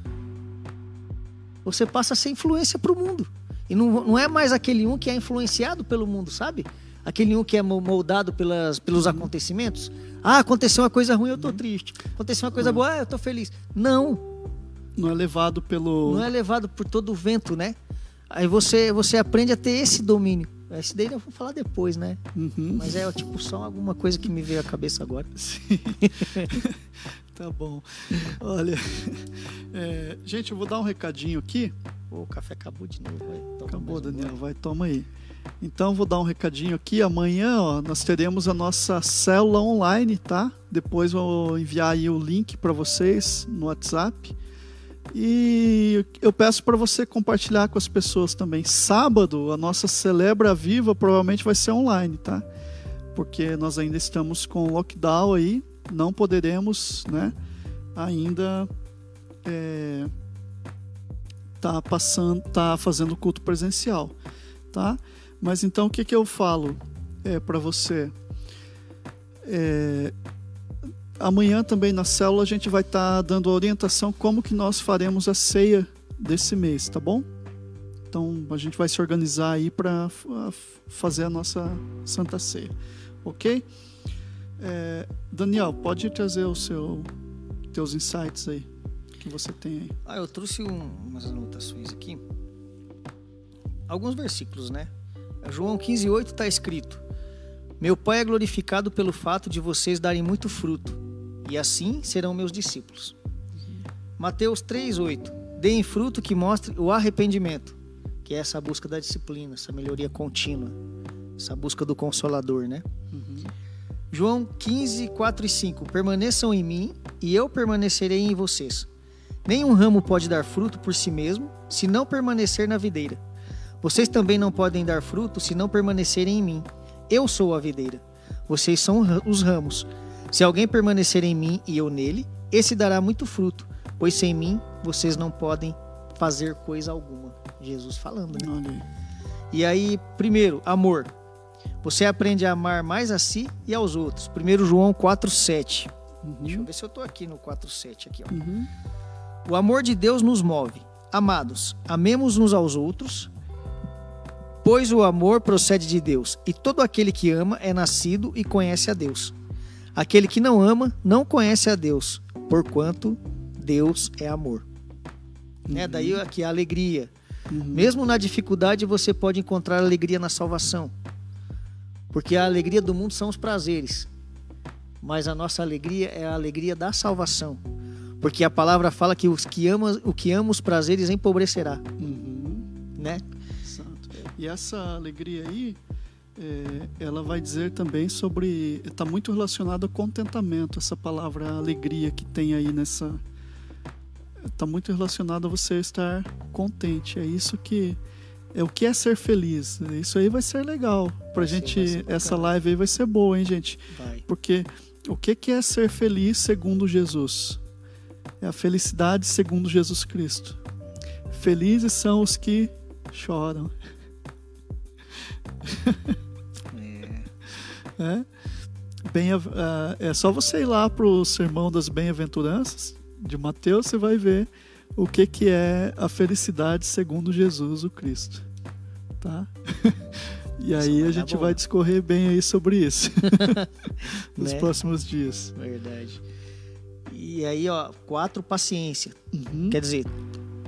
você passa a ser influência para o mundo. E não, não é mais aquele um que é influenciado pelo mundo, sabe? Aquele um que é moldado pelas, pelos acontecimentos. Ah, aconteceu uma coisa ruim, eu tô triste. Aconteceu uma coisa boa, ah, eu tô feliz. Não. Não é levado pelo... Não é levado por todo o vento, né? Aí você, você aprende a ter esse domínio. Esse daí eu vou falar depois, né? Uhum. Mas é tipo só alguma coisa que me veio à cabeça agora. Sim. Tá bom. Olha, é, gente, eu vou dar um recadinho aqui. Pô, o café acabou de novo. Vai, acabou, Daniel. Um vai, toma aí. Então, vou dar um recadinho aqui. Amanhã, ó, nós teremos a nossa célula online, tá? Depois vou enviar aí o link para vocês no WhatsApp. E eu peço para você compartilhar com as pessoas também. Sábado, a nossa Celebra Viva provavelmente vai ser online, tá? Porque nós ainda estamos com lockdown aí. Não poderemos, né, ainda é, tá passando, tá fazendo culto presencial, tá? Mas então o que que eu falo é, para você? É, amanhã também na célula a gente vai estar tá dando orientação como que nós faremos a ceia desse mês, tá bom? Então a gente vai se organizar aí para fazer a nossa Santa Ceia, ok? É, Daniel, pode trazer os seu, teus insights aí que você tem aí. Ah, eu trouxe um, umas anotações aqui. Alguns versículos, né? João quinze, oito está escrito: meu Pai é glorificado pelo fato de vocês darem muito fruto, e assim serão meus discípulos. Uhum. Mateus três, oito: deem fruto que mostre o arrependimento, que é essa busca da disciplina, essa melhoria contínua, essa busca do Consolador, né? Uhum. João quinze, quatro e cinco: permaneçam em mim e eu permanecerei em vocês. Nenhum ramo pode dar fruto por si mesmo, se não permanecer na videira. Vocês também não podem dar fruto se não permanecerem em mim. Eu sou a videira, vocês são os ramos. Se alguém permanecer em mim e eu nele, esse dará muito fruto, pois sem mim vocês não podem fazer coisa alguma. Jesus falando, né? Olha. E aí, primeiro, amor. Você aprende a amar mais a si e aos outros. primeiro João quatro, sete. Uhum. Deixa eu ver se eu estou aqui no quatro, sete. Aqui, ó. Uhum. O amor de Deus nos move. Amados, amemos uns aos outros, pois o amor procede de Deus. E todo aquele que ama é nascido e conhece a Deus. Aquele que não ama não conhece a Deus, porquanto Deus é amor. Uhum. Né? Daí aqui a alegria. Uhum. Mesmo na dificuldade você pode encontrar alegria na salvação. Porque a alegria do mundo são os prazeres. Mas a nossa alegria é a alegria da salvação. Porque a palavra fala que, os que ama, o que ama os prazeres empobrecerá. Uhum. Né? Exato. E essa alegria aí, é, ela vai dizer também sobre... Está muito relacionado ao contentamento, essa palavra alegria que tem aí nessa... Está muito relacionado a você estar contente. É isso que... É o que é ser feliz. Isso aí vai ser legal. Pra Sim, gente, essa live aí vai ser boa, hein, gente? Vai. Porque o que é ser feliz segundo Jesus? É a felicidade segundo Jesus Cristo. Felizes são os que choram. É. É, Bem, é só você ir lá pro Sermão das Bem-aventuranças de Mateus, você vai ver o que, que é a felicidade segundo Jesus o Cristo, tá? E aí a gente vai discorrer bem aí sobre isso nos né? próximos dias. Verdade. E aí, ó, quatro, paciência. Uhum. Quer dizer,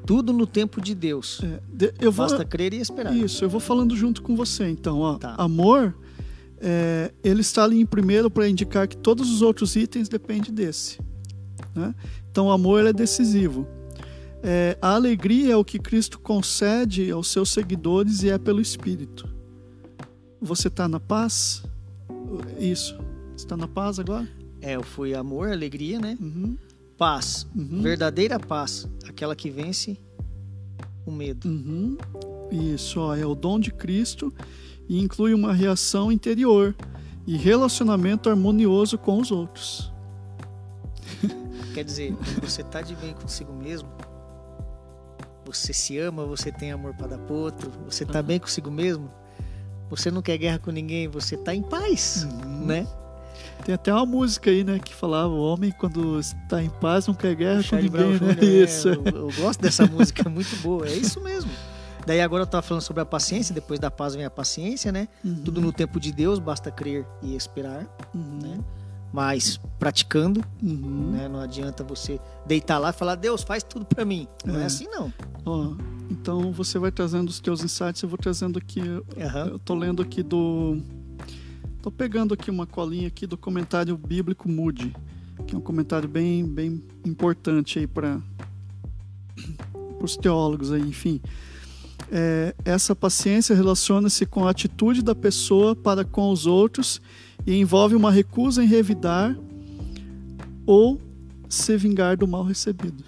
Tudo no tempo de Deus. É, de, eu vou, Basta crer e esperar. Isso, eu vou falando junto com você. Então, ó, Tá. amor, é, ele está ali em primeiro para indicar que todos os outros itens dependem desse. Né? Então, o amor ele é decisivo. É, a alegria é o que Cristo concede aos seus seguidores e é pelo Espírito. Você está na paz? Isso. Você está na paz agora? É, foi amor, alegria, né? Uhum. Paz. Uhum. Verdadeira paz. Aquela que vence o medo. Uhum. Isso, ó, é o dom de Cristo e inclui uma reação interior e relacionamento harmonioso com os outros. Quer dizer, quando você tá de bem consigo mesmo, você se ama, você tem amor para dar pro outro, você tá Uhum. bem consigo mesmo, você não quer guerra com ninguém, você tá em paz, Uhum. né? Tem até uma música aí, né, que falava: o homem quando está em paz não quer guerra com Charlie Brown ninguém, né? Júnior, né? Isso. Eu, eu gosto dessa música, é muito boa, é isso mesmo. Daí agora eu tava falando sobre a paciência, depois da paz vem a paciência, né? Uhum. Tudo no tempo de Deus, basta crer e esperar, Uhum. né? Mas praticando, Uhum. né? Não adianta você deitar lá e falar: Deus, faz tudo pra mim. Não é, É. assim, não. Ó, então você vai trazendo os teus insights, eu vou trazendo aqui. Aham. Eu tô lendo aqui do. Tô pegando aqui uma colinha aqui do comentário bíblico Moody, que é um comentário bem, bem importante aí para os teólogos aí, enfim. É, essa paciência relaciona-se com a atitude da pessoa para com os outros e envolve uma recusa em revidar ou se vingar do mal recebido.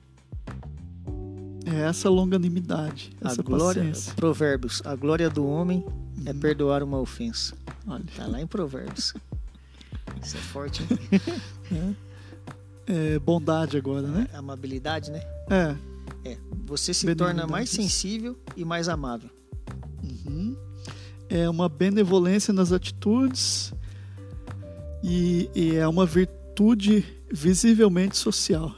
É essa longanimidade, A essa glória, paciência. Provérbios, a glória do homem é perdoar uma ofensa. Olha. Tá lá em Provérbios. Isso é forte, hein? É, bondade agora, né? Amabilidade, né? É. É. Você se Benignidade, torna mais isso. sensível e mais amável. Uhum. É uma benevolência nas atitudes e, e é uma virtude visivelmente social.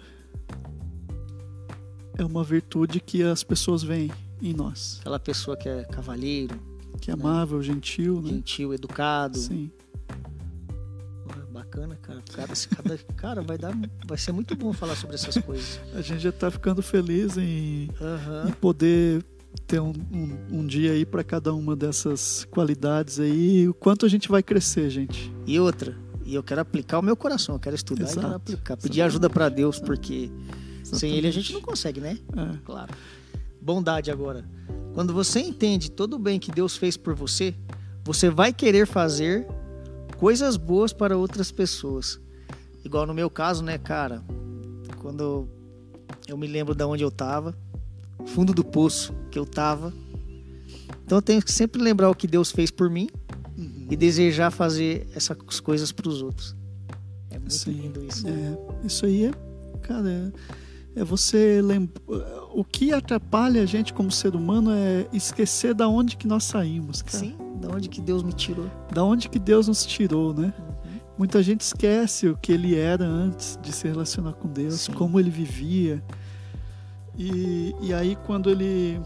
É uma virtude que as pessoas veem em nós. Aquela pessoa que é cavalheiro, Que é amável, gentil, né? gentil, educado. Sim. Porra, bacana, cara. Cada, cada, cara, vai, dar, vai ser muito bom falar sobre essas coisas. A gente já está ficando feliz em, Aham. em poder ter um, um, um dia aí para cada uma dessas qualidades aí. E o quanto a gente vai crescer, gente. E outra, e eu quero aplicar o meu coração, eu quero estudar Exato. e quero aplicar. Pedir Exatamente. ajuda para Deus, porque sem Ele a Exatamente. gente não consegue, né? É. Claro. Bondade agora. Quando você entende todo o bem que Deus fez por você, você vai querer fazer coisas boas para outras pessoas. Igual no meu caso, né, cara? Quando eu me lembro de onde eu tava, fundo do poço que eu tava. Então eu tenho que sempre lembrar o que Deus fez por mim Uhum. e desejar fazer essas coisas para os outros. É muito Sim. lindo isso. É, isso aí é, cara, é, é você lembrar. O que atrapalha a gente como ser humano é esquecer da onde que nós saímos, cara. Sim, da onde que Deus me tirou. Da onde que Deus nos tirou, né? Uhum. Muita gente esquece o que ele era antes de se relacionar com Deus, Sim. como ele vivia. E, e aí quando ele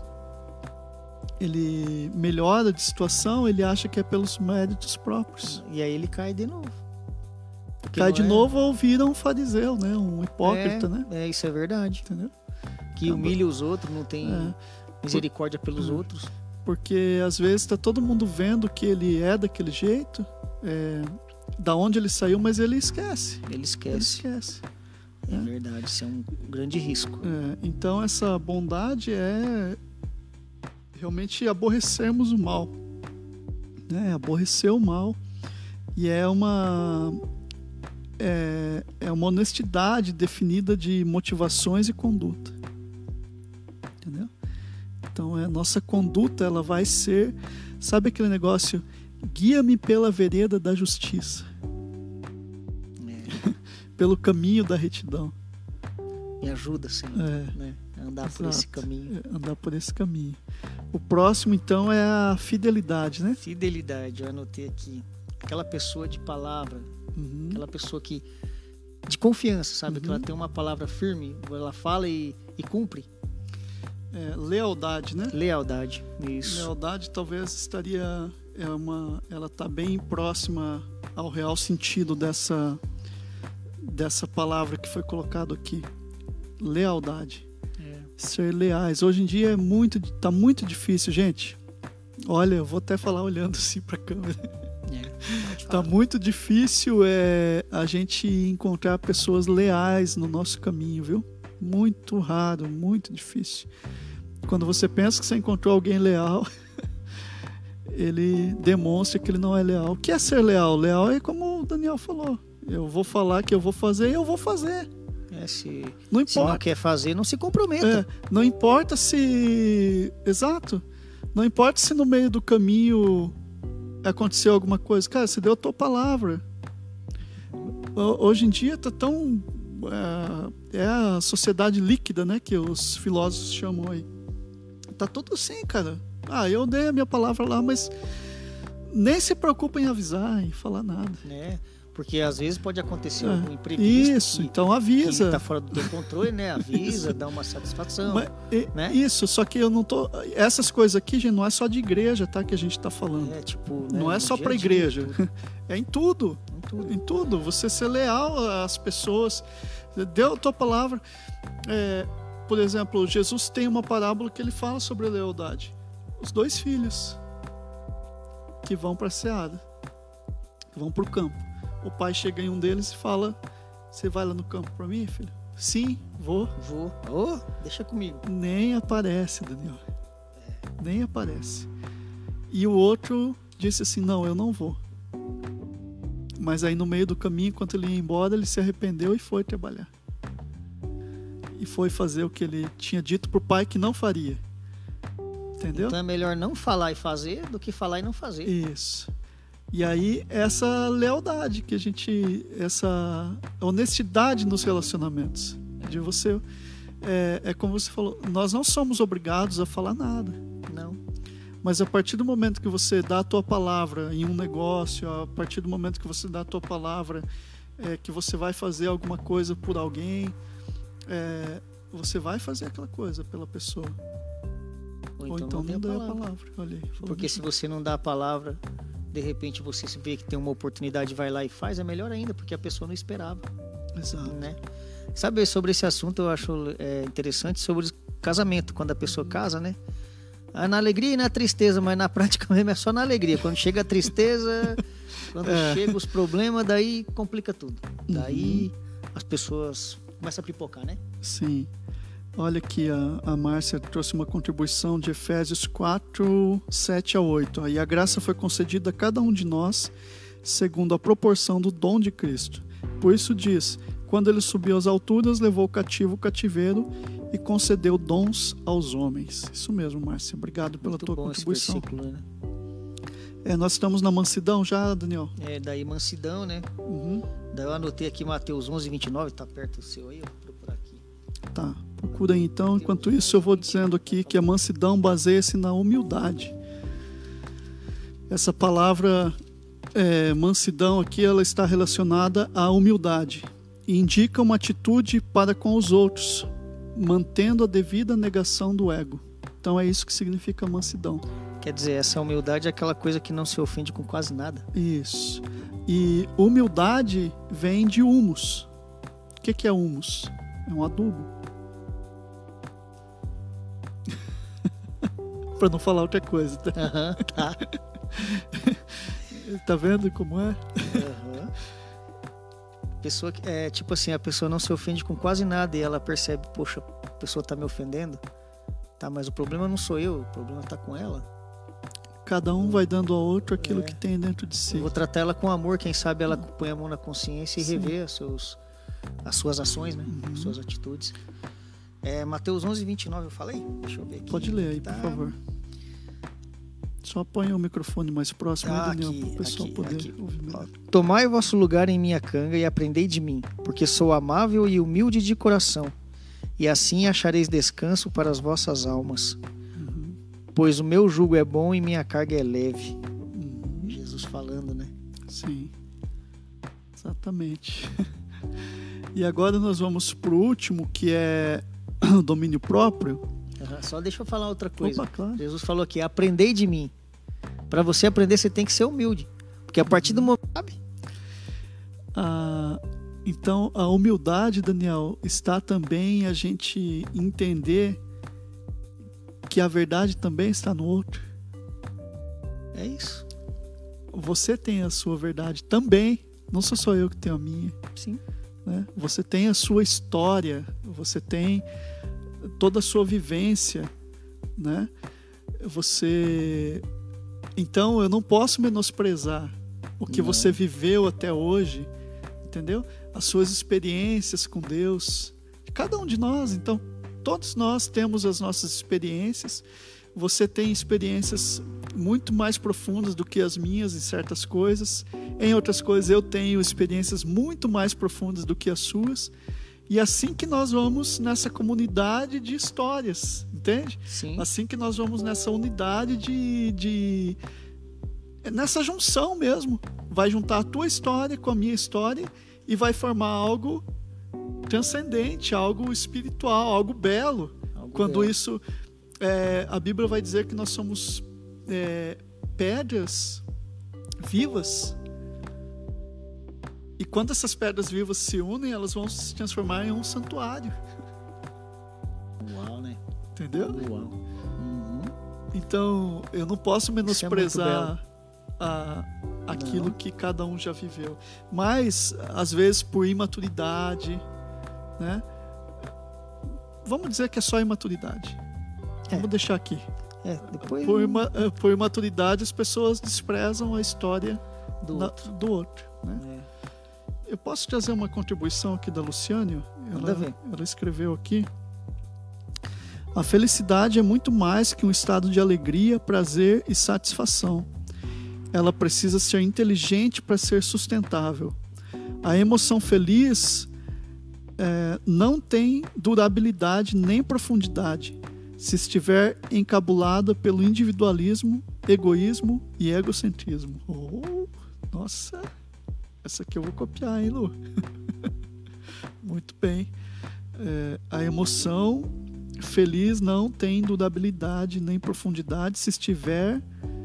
ele melhora de situação, ele acha que é pelos méritos próprios. E aí ele cai de novo. Porque Cai não de é- novo ou vira um fariseu, né? Um hipócrita, é, né? É, isso é verdade. Entendeu? Que humilha os outros, não tem É. misericórdia pelos Hum. outros. Porque às vezes tá todo mundo vendo que ele é daquele jeito, é, da onde ele saiu, mas ele esquece. Ele Ele esquece. esquece. É verdade, isso é um grande risco. É, então essa bondade é realmente aborrecermos o mal, né? Aborrecer o mal, e é uma é, é uma honestidade definida de motivações e conduta, entendeu? Então a nossa conduta ela vai ser, sabe aquele negócio, guia-me pela vereda da justiça, É, pelo caminho da retidão. me ajuda, Senhor, É. né? a andar por Exato. esse caminho. É, andar por esse caminho. O próximo, então, é a fidelidade, né? Fidelidade, eu anotei aqui. Aquela pessoa de palavra, Uhum. aquela pessoa que de confiança, sabe? Que Uhum. ela tem uma palavra firme, ela fala e, e cumpre. É, lealdade, né? Lealdade, isso. Lealdade talvez estaria, é uma, ela está bem próxima ao real sentido dessa, dessa palavra que foi colocado aqui. Lealdade. É. Ser leais. Hoje em dia é muito, tá muito difícil, gente. Olha, eu vou até falar olhando assim para a câmera. É, tá muito difícil é, a gente encontrar pessoas leais no nosso caminho, viu? Muito raro, muito difícil. Quando você pensa que você encontrou alguém leal, ele demonstra que ele não é leal. O que é ser leal? Leal é como o Daniel falou. Eu vou falar que eu vou fazer e eu vou fazer. É, se, não importa. Se não quer fazer, não se comprometa. É, não importa se... Exato. Não importa se no meio do caminho aconteceu alguma coisa. Cara, você deu a tua palavra. Hoje em dia tá tão... É, é a sociedade líquida, né? Que os filósofos chamam aí. Tá tudo assim, cara. Ah, eu dei a minha palavra lá, mas nem se preocupa em avisar, em falar nada. É, porque às vezes pode acontecer é, algum imprevisto. Isso, que, então avisa. Que tá fora do teu controle, né? Avisa, dá uma satisfação. Mas, e, né? Isso, só que eu não tô... Essas coisas aqui, gente, não é só de igreja, tá? Que a gente tá falando. É, tipo... Né, não é só pra igreja. É em tudo. Em tudo. Em tudo. Você ser leal às pessoas. Deu a tua palavra. É, por exemplo, Jesus tem uma parábola que ele fala sobre a lealdade. Os dois filhos que vão para a seara, que vão para o campo. O pai chega em um deles e fala: você vai lá no campo para mim, filho? Sim, vou. Vou. Oh, deixa comigo. Nem aparece, Daniel. É. Nem aparece. E o outro disse assim: não, eu não vou. Mas aí no meio do caminho, enquanto ele ia embora, ele se arrependeu e foi trabalhar. E foi fazer o que ele tinha dito para o pai que não faria. Entendeu? Então é melhor não falar e fazer do que falar e não fazer. Isso. E aí, essa lealdade que a gente... Essa honestidade nos relacionamentos. De você... É, é como você falou, nós não somos obrigados a falar nada. Não. Mas a partir do momento que você dá a tua palavra em um negócio, a partir do momento que você dá a tua palavra é, que você vai fazer alguma coisa por alguém, é, você vai fazer aquela coisa pela pessoa. Ou então, Ou então não, não dá a palavra. palavra. Olha aí, porque se você não dá a palavra, de repente você se vê que tem uma oportunidade, vai lá e faz, é melhor ainda, porque a pessoa não esperava. Exato. Né? Sabe, sobre esse assunto eu acho é, interessante, sobre casamento, quando a pessoa casa, né? Ah, na alegria e na tristeza, mas na prática mesmo é só na alegria. Quando chega a tristeza, quando é. chega os problemas, daí complica tudo. Daí uhum. as pessoas começam a pipocar, né? Sim. Olha aqui, a, a Márcia trouxe uma contribuição de Efésios quatro, sete a oito. E a graça foi concedida a cada um de nós, segundo a proporção do dom de Cristo. Por isso diz, quando ele subiu às alturas, levou cativo o cativeiro e concedeu dons aos homens. Isso mesmo, Márcia. Obrigado pela Muito tua bom contribuição. Esse versículo, né? É, nós estamos na mansidão já, Daniel? É, daí mansidão, né? Uhum. Daí eu anotei aqui Mateus onze, vinte e nove, tá perto do seu aí, eu vou procurar aqui. Tá, procura aí então. Enquanto isso eu vou dizendo aqui que a mansidão baseia-se na humildade. Essa palavra é, mansidão aqui, ela está relacionada à humildade. E indica uma atitude para com os outros, mantendo a devida negação do ego. Então é isso que significa mansidão. Quer dizer, essa humildade é aquela coisa que não se ofende com quase nada. Isso. E humildade vem de humus. O que, que é humus? É um adubo. Para não falar outra coisa. Tá? Uhum, tá. Tá vendo como é? Uhum. Pessoa que, é, tipo assim, a pessoa não se ofende com quase nada e ela percebe, poxa, a pessoa tá me ofendendo. Tá, mas o problema não sou eu, o problema tá com ela. Cada um vai dando ao outro aquilo é. que tem dentro de si. Eu vou tratar ela com amor, quem sabe ela põe a mão na consciência e rever os seus, as suas ações, né? Uhum. As suas atitudes. É, Mateus onze, vinte e nove, eu falei? Deixa eu ver aqui. Pode ler aí, tá. por favor. Só põe o microfone mais próximo, ah, aí, Daniel, aqui, para o pessoal aqui, poder aqui. ouvir melhor. Tomai o vosso lugar em minha canga e aprendei de mim, porque sou amável e humilde de coração, e assim achareis descanso para as vossas almas. Uhum. Pois o meu jugo é bom e minha carga é leve. Uhum. Jesus falando, né? Sim, exatamente. E agora nós vamos para o último, que é o domínio próprio. Uhum. Só deixa eu falar outra coisa. Opa, claro. Jesus falou aqui, aprendei de mim. Para você aprender, você tem que ser humilde. Porque a partir do momento, sabe? Ah, então, a humildade, Daniel, está também a gente entender que a verdade também está no outro. É isso. Você tem a sua verdade também, não sou só eu que tenho a minha. Sim. Né? Você tem a sua história, você tem toda a sua vivência, né? Você... Então, eu não posso menosprezar o que Não. você viveu até hoje, entendeu? As suas experiências com Deus, cada um de nós. Então, todos nós temos as nossas experiências. Você tem experiências muito mais profundas do que as minhas em certas coisas. Em outras coisas, eu tenho experiências muito mais profundas do que as suas. E assim que nós vamos nessa comunidade de histórias, entende? Sim. Assim que nós vamos nessa unidade de, de... nessa junção mesmo. Vai juntar a tua história com a minha história e vai formar algo transcendente, algo espiritual, algo belo. Algo Quando belo. isso... É, a Bíblia vai dizer que nós somos é, pedras vivas. E quando essas pedras vivas se unem, elas vão se transformar em um santuário. Uau, né? Entendeu? Uau. Uhum. Então, eu não posso Isso é muito menosprezar a, aquilo Não. que cada um já viveu. Mas, às vezes, por imaturidade, né? Vamos dizer que é só imaturidade. É. Vamos deixar aqui. É, depois Por, ima, por imaturidade, as pessoas desprezam a história do na- outro. do outro, né? É. Eu posso trazer uma contribuição aqui da Luciane? Manda Ela, ver. ela escreveu aqui. A felicidade é muito mais que um estado de alegria, prazer e satisfação. Ela precisa ser inteligente para ser sustentável. A emoção feliz é, não tem durabilidade nem profundidade se estiver encabulada pelo individualismo, egoísmo e egocentrismo. Oh, nossa! Essa aqui eu vou copiar, hein, Lu? Muito bem. É, a emoção feliz não tem durabilidade nem profundidade se estiver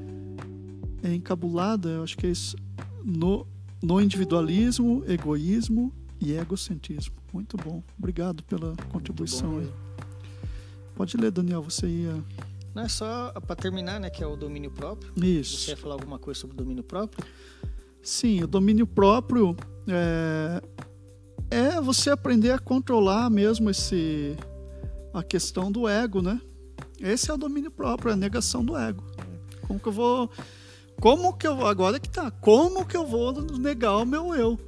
encabulada, eu acho que é isso, no, no individualismo, egoísmo e egocentrismo. Muito bom. Obrigado pela contribuição bom aí. mesmo. Pode ler, Daniel, você ia... Não é só para terminar, né, que é o domínio próprio. Isso. Você ia falar alguma coisa sobre o domínio próprio? Sim, o domínio próprio é, é você aprender a controlar mesmo esse, a questão do ego, né? Esse é o domínio próprio, é a negação do ego. Como que eu vou... Como que eu... Agora que tá. Como que eu vou negar o meu eu?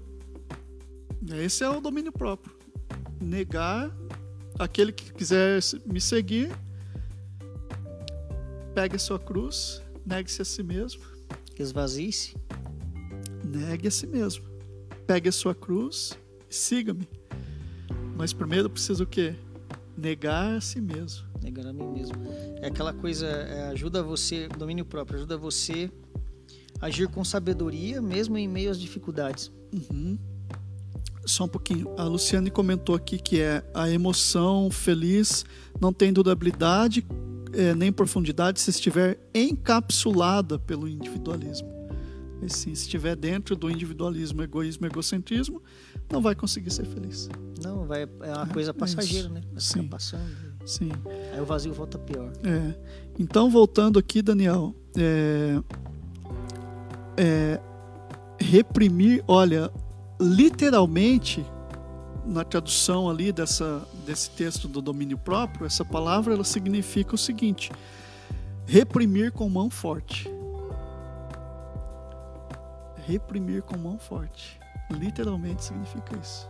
Esse é o domínio próprio. Negar aquele que quiser me seguir, pegue a sua cruz, negue-se a si mesmo. Esvazie-se. Negue a si mesmo. Pegue a sua cruz e siga-me. Mas primeiro eu preciso o quê? Negar a si mesmo. Negar a mim mesmo. É aquela coisa, é, ajuda você, domínio próprio, ajuda você a agir com sabedoria, mesmo em meio às dificuldades. Uhum. Só um pouquinho. A Luciane comentou aqui que é a emoção feliz não tem durabilidade é, nem profundidade se estiver encapsulada pelo individualismo. E sim, se estiver dentro do individualismo, egoísmo, egocentrismo, não vai conseguir ser feliz. Não, vai, é uma coisa é passageira, isso. né? Vai Sim. ficar passando. Sim. Aí o vazio volta pior. É. Então, voltando aqui, Daniel, é, é, reprimir, olha, literalmente, na tradução ali dessa, desse texto do domínio próprio, essa palavra ela significa o seguinte: reprimir com mão forte. Reprimir com mão forte. Literalmente significa isso.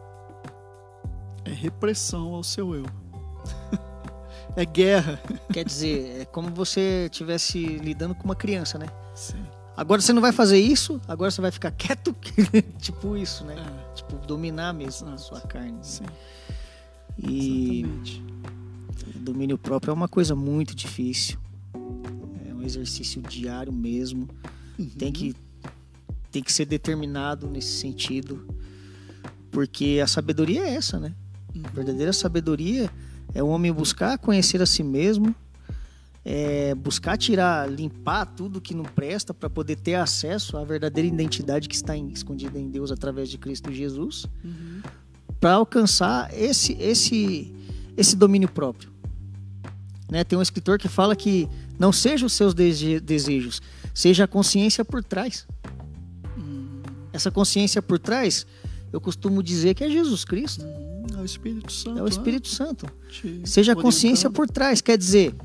É repressão ao seu eu. É guerra. Quer dizer, é como você estivesse lidando com uma criança, né? Sim. Agora você não vai fazer isso, agora você vai ficar quieto. Tipo isso, né? É. Tipo, dominar mesmo a Exato. sua carne. Sim. E Exatamente. o domínio próprio é uma coisa muito difícil. É um exercício diário mesmo. Uhum. Tem que, tem que ser determinado nesse sentido. Porque a sabedoria é essa, né? A verdadeira sabedoria é o homem buscar conhecer a si mesmo, é buscar tirar, limpar tudo que não presta para poder ter acesso à verdadeira identidade que está em, escondida em Deus através de Cristo Jesus, Uhum. para para alcançar esse, esse, esse domínio próprio. Né? Tem um escritor que fala que não seja os seus dese- desejos, seja a consciência por trás. Hum. Essa consciência por trás, eu costumo dizer que é Jesus Cristo. Hum, é o Espírito Santo. É o Espírito né? Santo. Te Seja a consciência orientando. por trás. Quer dizer,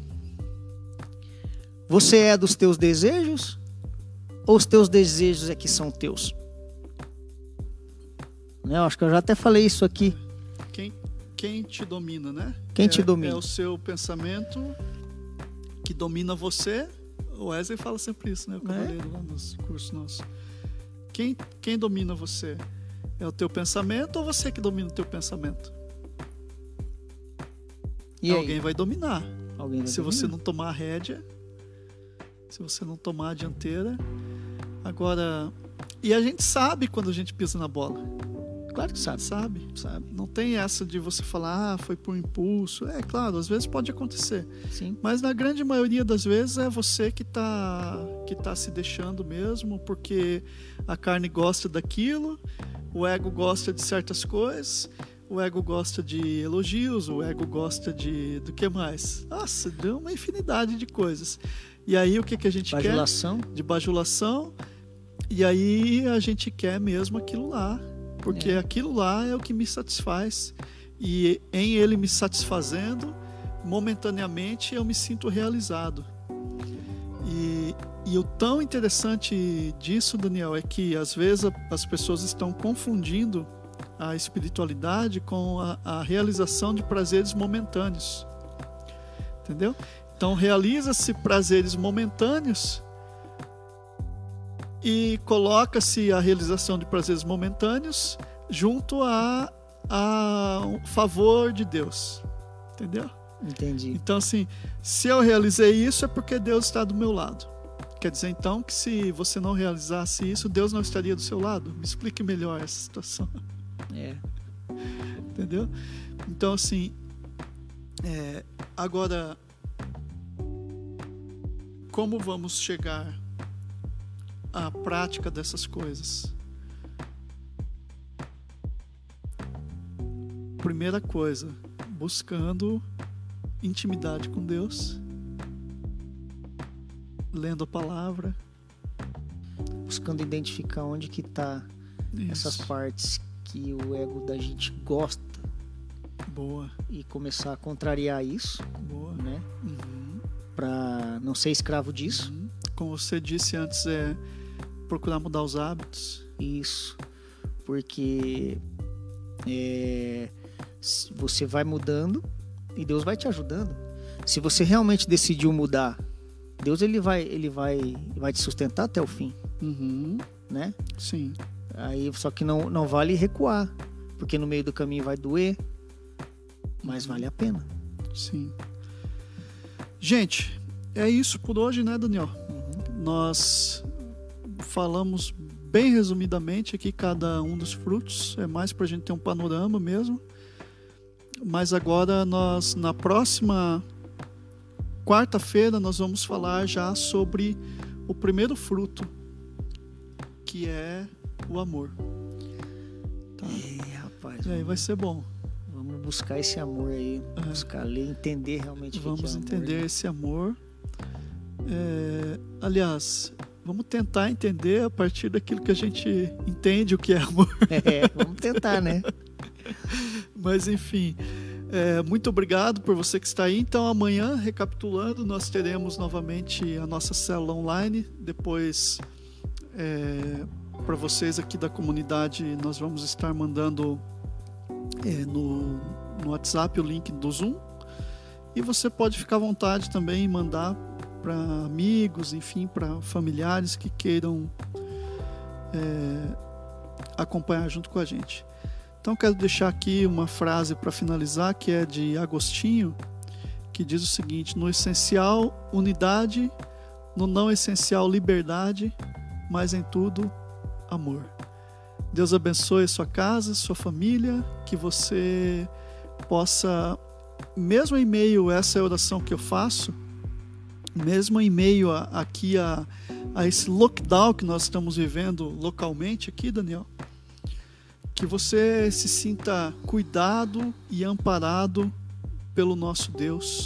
você é dos teus desejos ou os teus desejos é que são teus? Né? Eu acho que eu já até falei isso aqui. Quem, quem te domina, né? Quem é, te domina? É o seu pensamento que domina você. O Wesley fala sempre isso, né? O cavaleiro lá nos cursos nossos. Quem, quem domina você? É o teu pensamento ou você que domina o teu pensamento? E aí? Alguém vai dominar. Alguém vai Se dominar? você não tomar a rédea, se você não tomar a dianteira. Agora, e a gente sabe quando a gente pisa na bola. Claro que sabe. Sabe? Sabe. Não tem essa de você falar, ah, foi por impulso. É claro, às vezes pode acontecer. Sim. Mas na grande maioria das vezes é você que está que tá se deixando mesmo, porque a carne gosta daquilo, o ego gosta de certas coisas, o ego gosta de elogios, o ego gosta de... do que mais? Nossa, deu uma infinidade de coisas. E aí o que, que a gente Bajulação. quer? De bajulação. E aí a gente quer mesmo aquilo lá. Porque É. aquilo lá é o que me satisfaz. E em ele me satisfazendo, momentaneamente eu me sinto realizado. E, e o tão interessante disso, Daniel, é que às vezes a- as pessoas estão confundindo a espiritualidade com a, a realização de prazeres momentâneos. Entendeu? Então realiza-se prazeres momentâneos e coloca-se a realização de prazeres momentâneos junto a, a um favor de Deus. Entendeu? Entendi. Então, assim, se eu realizei isso é porque Deus está do meu lado. Quer dizer, então, que se você não realizasse isso, Deus não estaria do seu lado? Me explique melhor essa situação. É. Entendeu? Então, assim, é, agora, como vamos chegar à prática dessas coisas? Primeira coisa, buscando intimidade com Deus, lendo a palavra. Buscando identificar onde que tá essas Isso. partes que o ego da gente gosta Boa, e começar a contrariar isso, boa. né? Uhum, Pra não ser escravo disso. uhum. Como você disse antes, é procurar mudar os hábitos. Isso. Porque é, se você vai mudando e Deus vai te ajudando. Se você realmente decidiu mudar, Deus ele vai, ele vai, vai te sustentar até o fim, Uhum, né? sim. Aí, só que não, não vale recuar, porque no meio do caminho vai doer, mas vale a pena. Sim. Gente, é isso por hoje, né, Daniel? Uhum. Nós falamos bem resumidamente aqui cada um dos frutos. É mais para a gente ter um panorama mesmo. Mas agora nós, na próxima quarta-feira, nós vamos falar já sobre o primeiro fruto, que é o amor. Tá? É, rapaz, E aí vamos, vai ser bom. vamos buscar esse amor aí, É. buscar ler, entender realmente o que Vamos que é amor, entender né? esse amor. É, aliás, vamos tentar entender a partir daquilo que a gente entende o que é amor. É, vamos tentar, né? Mas enfim, é, muito obrigado por você que está aí. Então amanhã, recapitulando, nós teremos novamente a nossa célula online. Depois, é, para vocês aqui da comunidade, nós vamos estar mandando é, no, no WhatsApp o link do Zoom. E você pode ficar à vontade também e mandar para amigos, enfim, para familiares que queiram é, acompanhar junto com a gente. Então quero deixar aqui uma frase para finalizar, que é de Agostinho, que diz o seguinte: no essencial, unidade, no não essencial, liberdade, mas em tudo, amor. Deus abençoe sua casa, sua família, que você possa, mesmo em meio a essa oração que eu faço, mesmo em meio a, aqui a, a esse lockdown que nós estamos vivendo localmente aqui, Daniel, que você se sinta cuidado e amparado pelo nosso Deus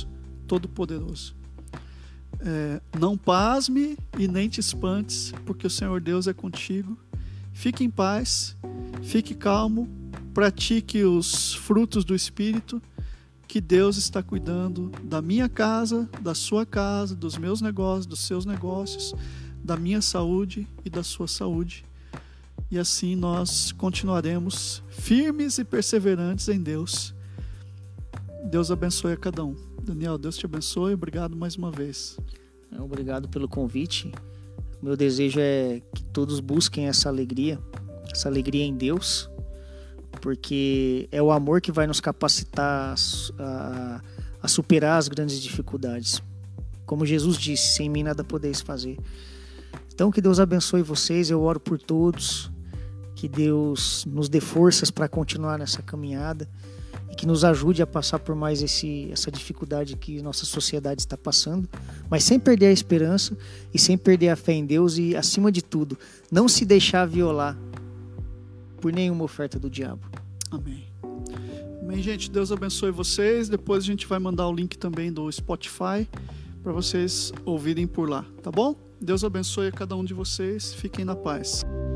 Todo-Poderoso. É, não pasme e nem te espantes, porque o Senhor Deus é contigo. Fique em paz, fique calmo, pratique os frutos do Espírito, que Deus está cuidando da minha casa, da sua casa, dos meus negócios, dos seus negócios, da minha saúde e da sua saúde. E assim nós continuaremos firmes e perseverantes em Deus. Deus abençoe a cada um. Daniel, Deus te abençoe. Obrigado mais uma vez. Obrigado pelo convite. Meu desejo é que todos busquem essa alegria, essa alegria em Deus, porque é o amor que vai nos capacitar a, a superar as grandes dificuldades. Como Jesus disse, sem mim nada podeis fazer. Então que Deus abençoe vocês, eu oro por todos, que Deus nos dê forças para continuar nessa caminhada e que nos ajude a passar por mais esse, essa dificuldade que nossa sociedade está passando, mas sem perder a esperança e sem perder a fé em Deus e, acima de tudo, não se deixar violar por nenhuma oferta do diabo. Amém. Amém, gente. Deus abençoe vocês. Depois a gente vai mandar o link também do Spotify para vocês ouvirem por lá, tá bom? Deus abençoe a cada um de vocês. Fiquem na paz.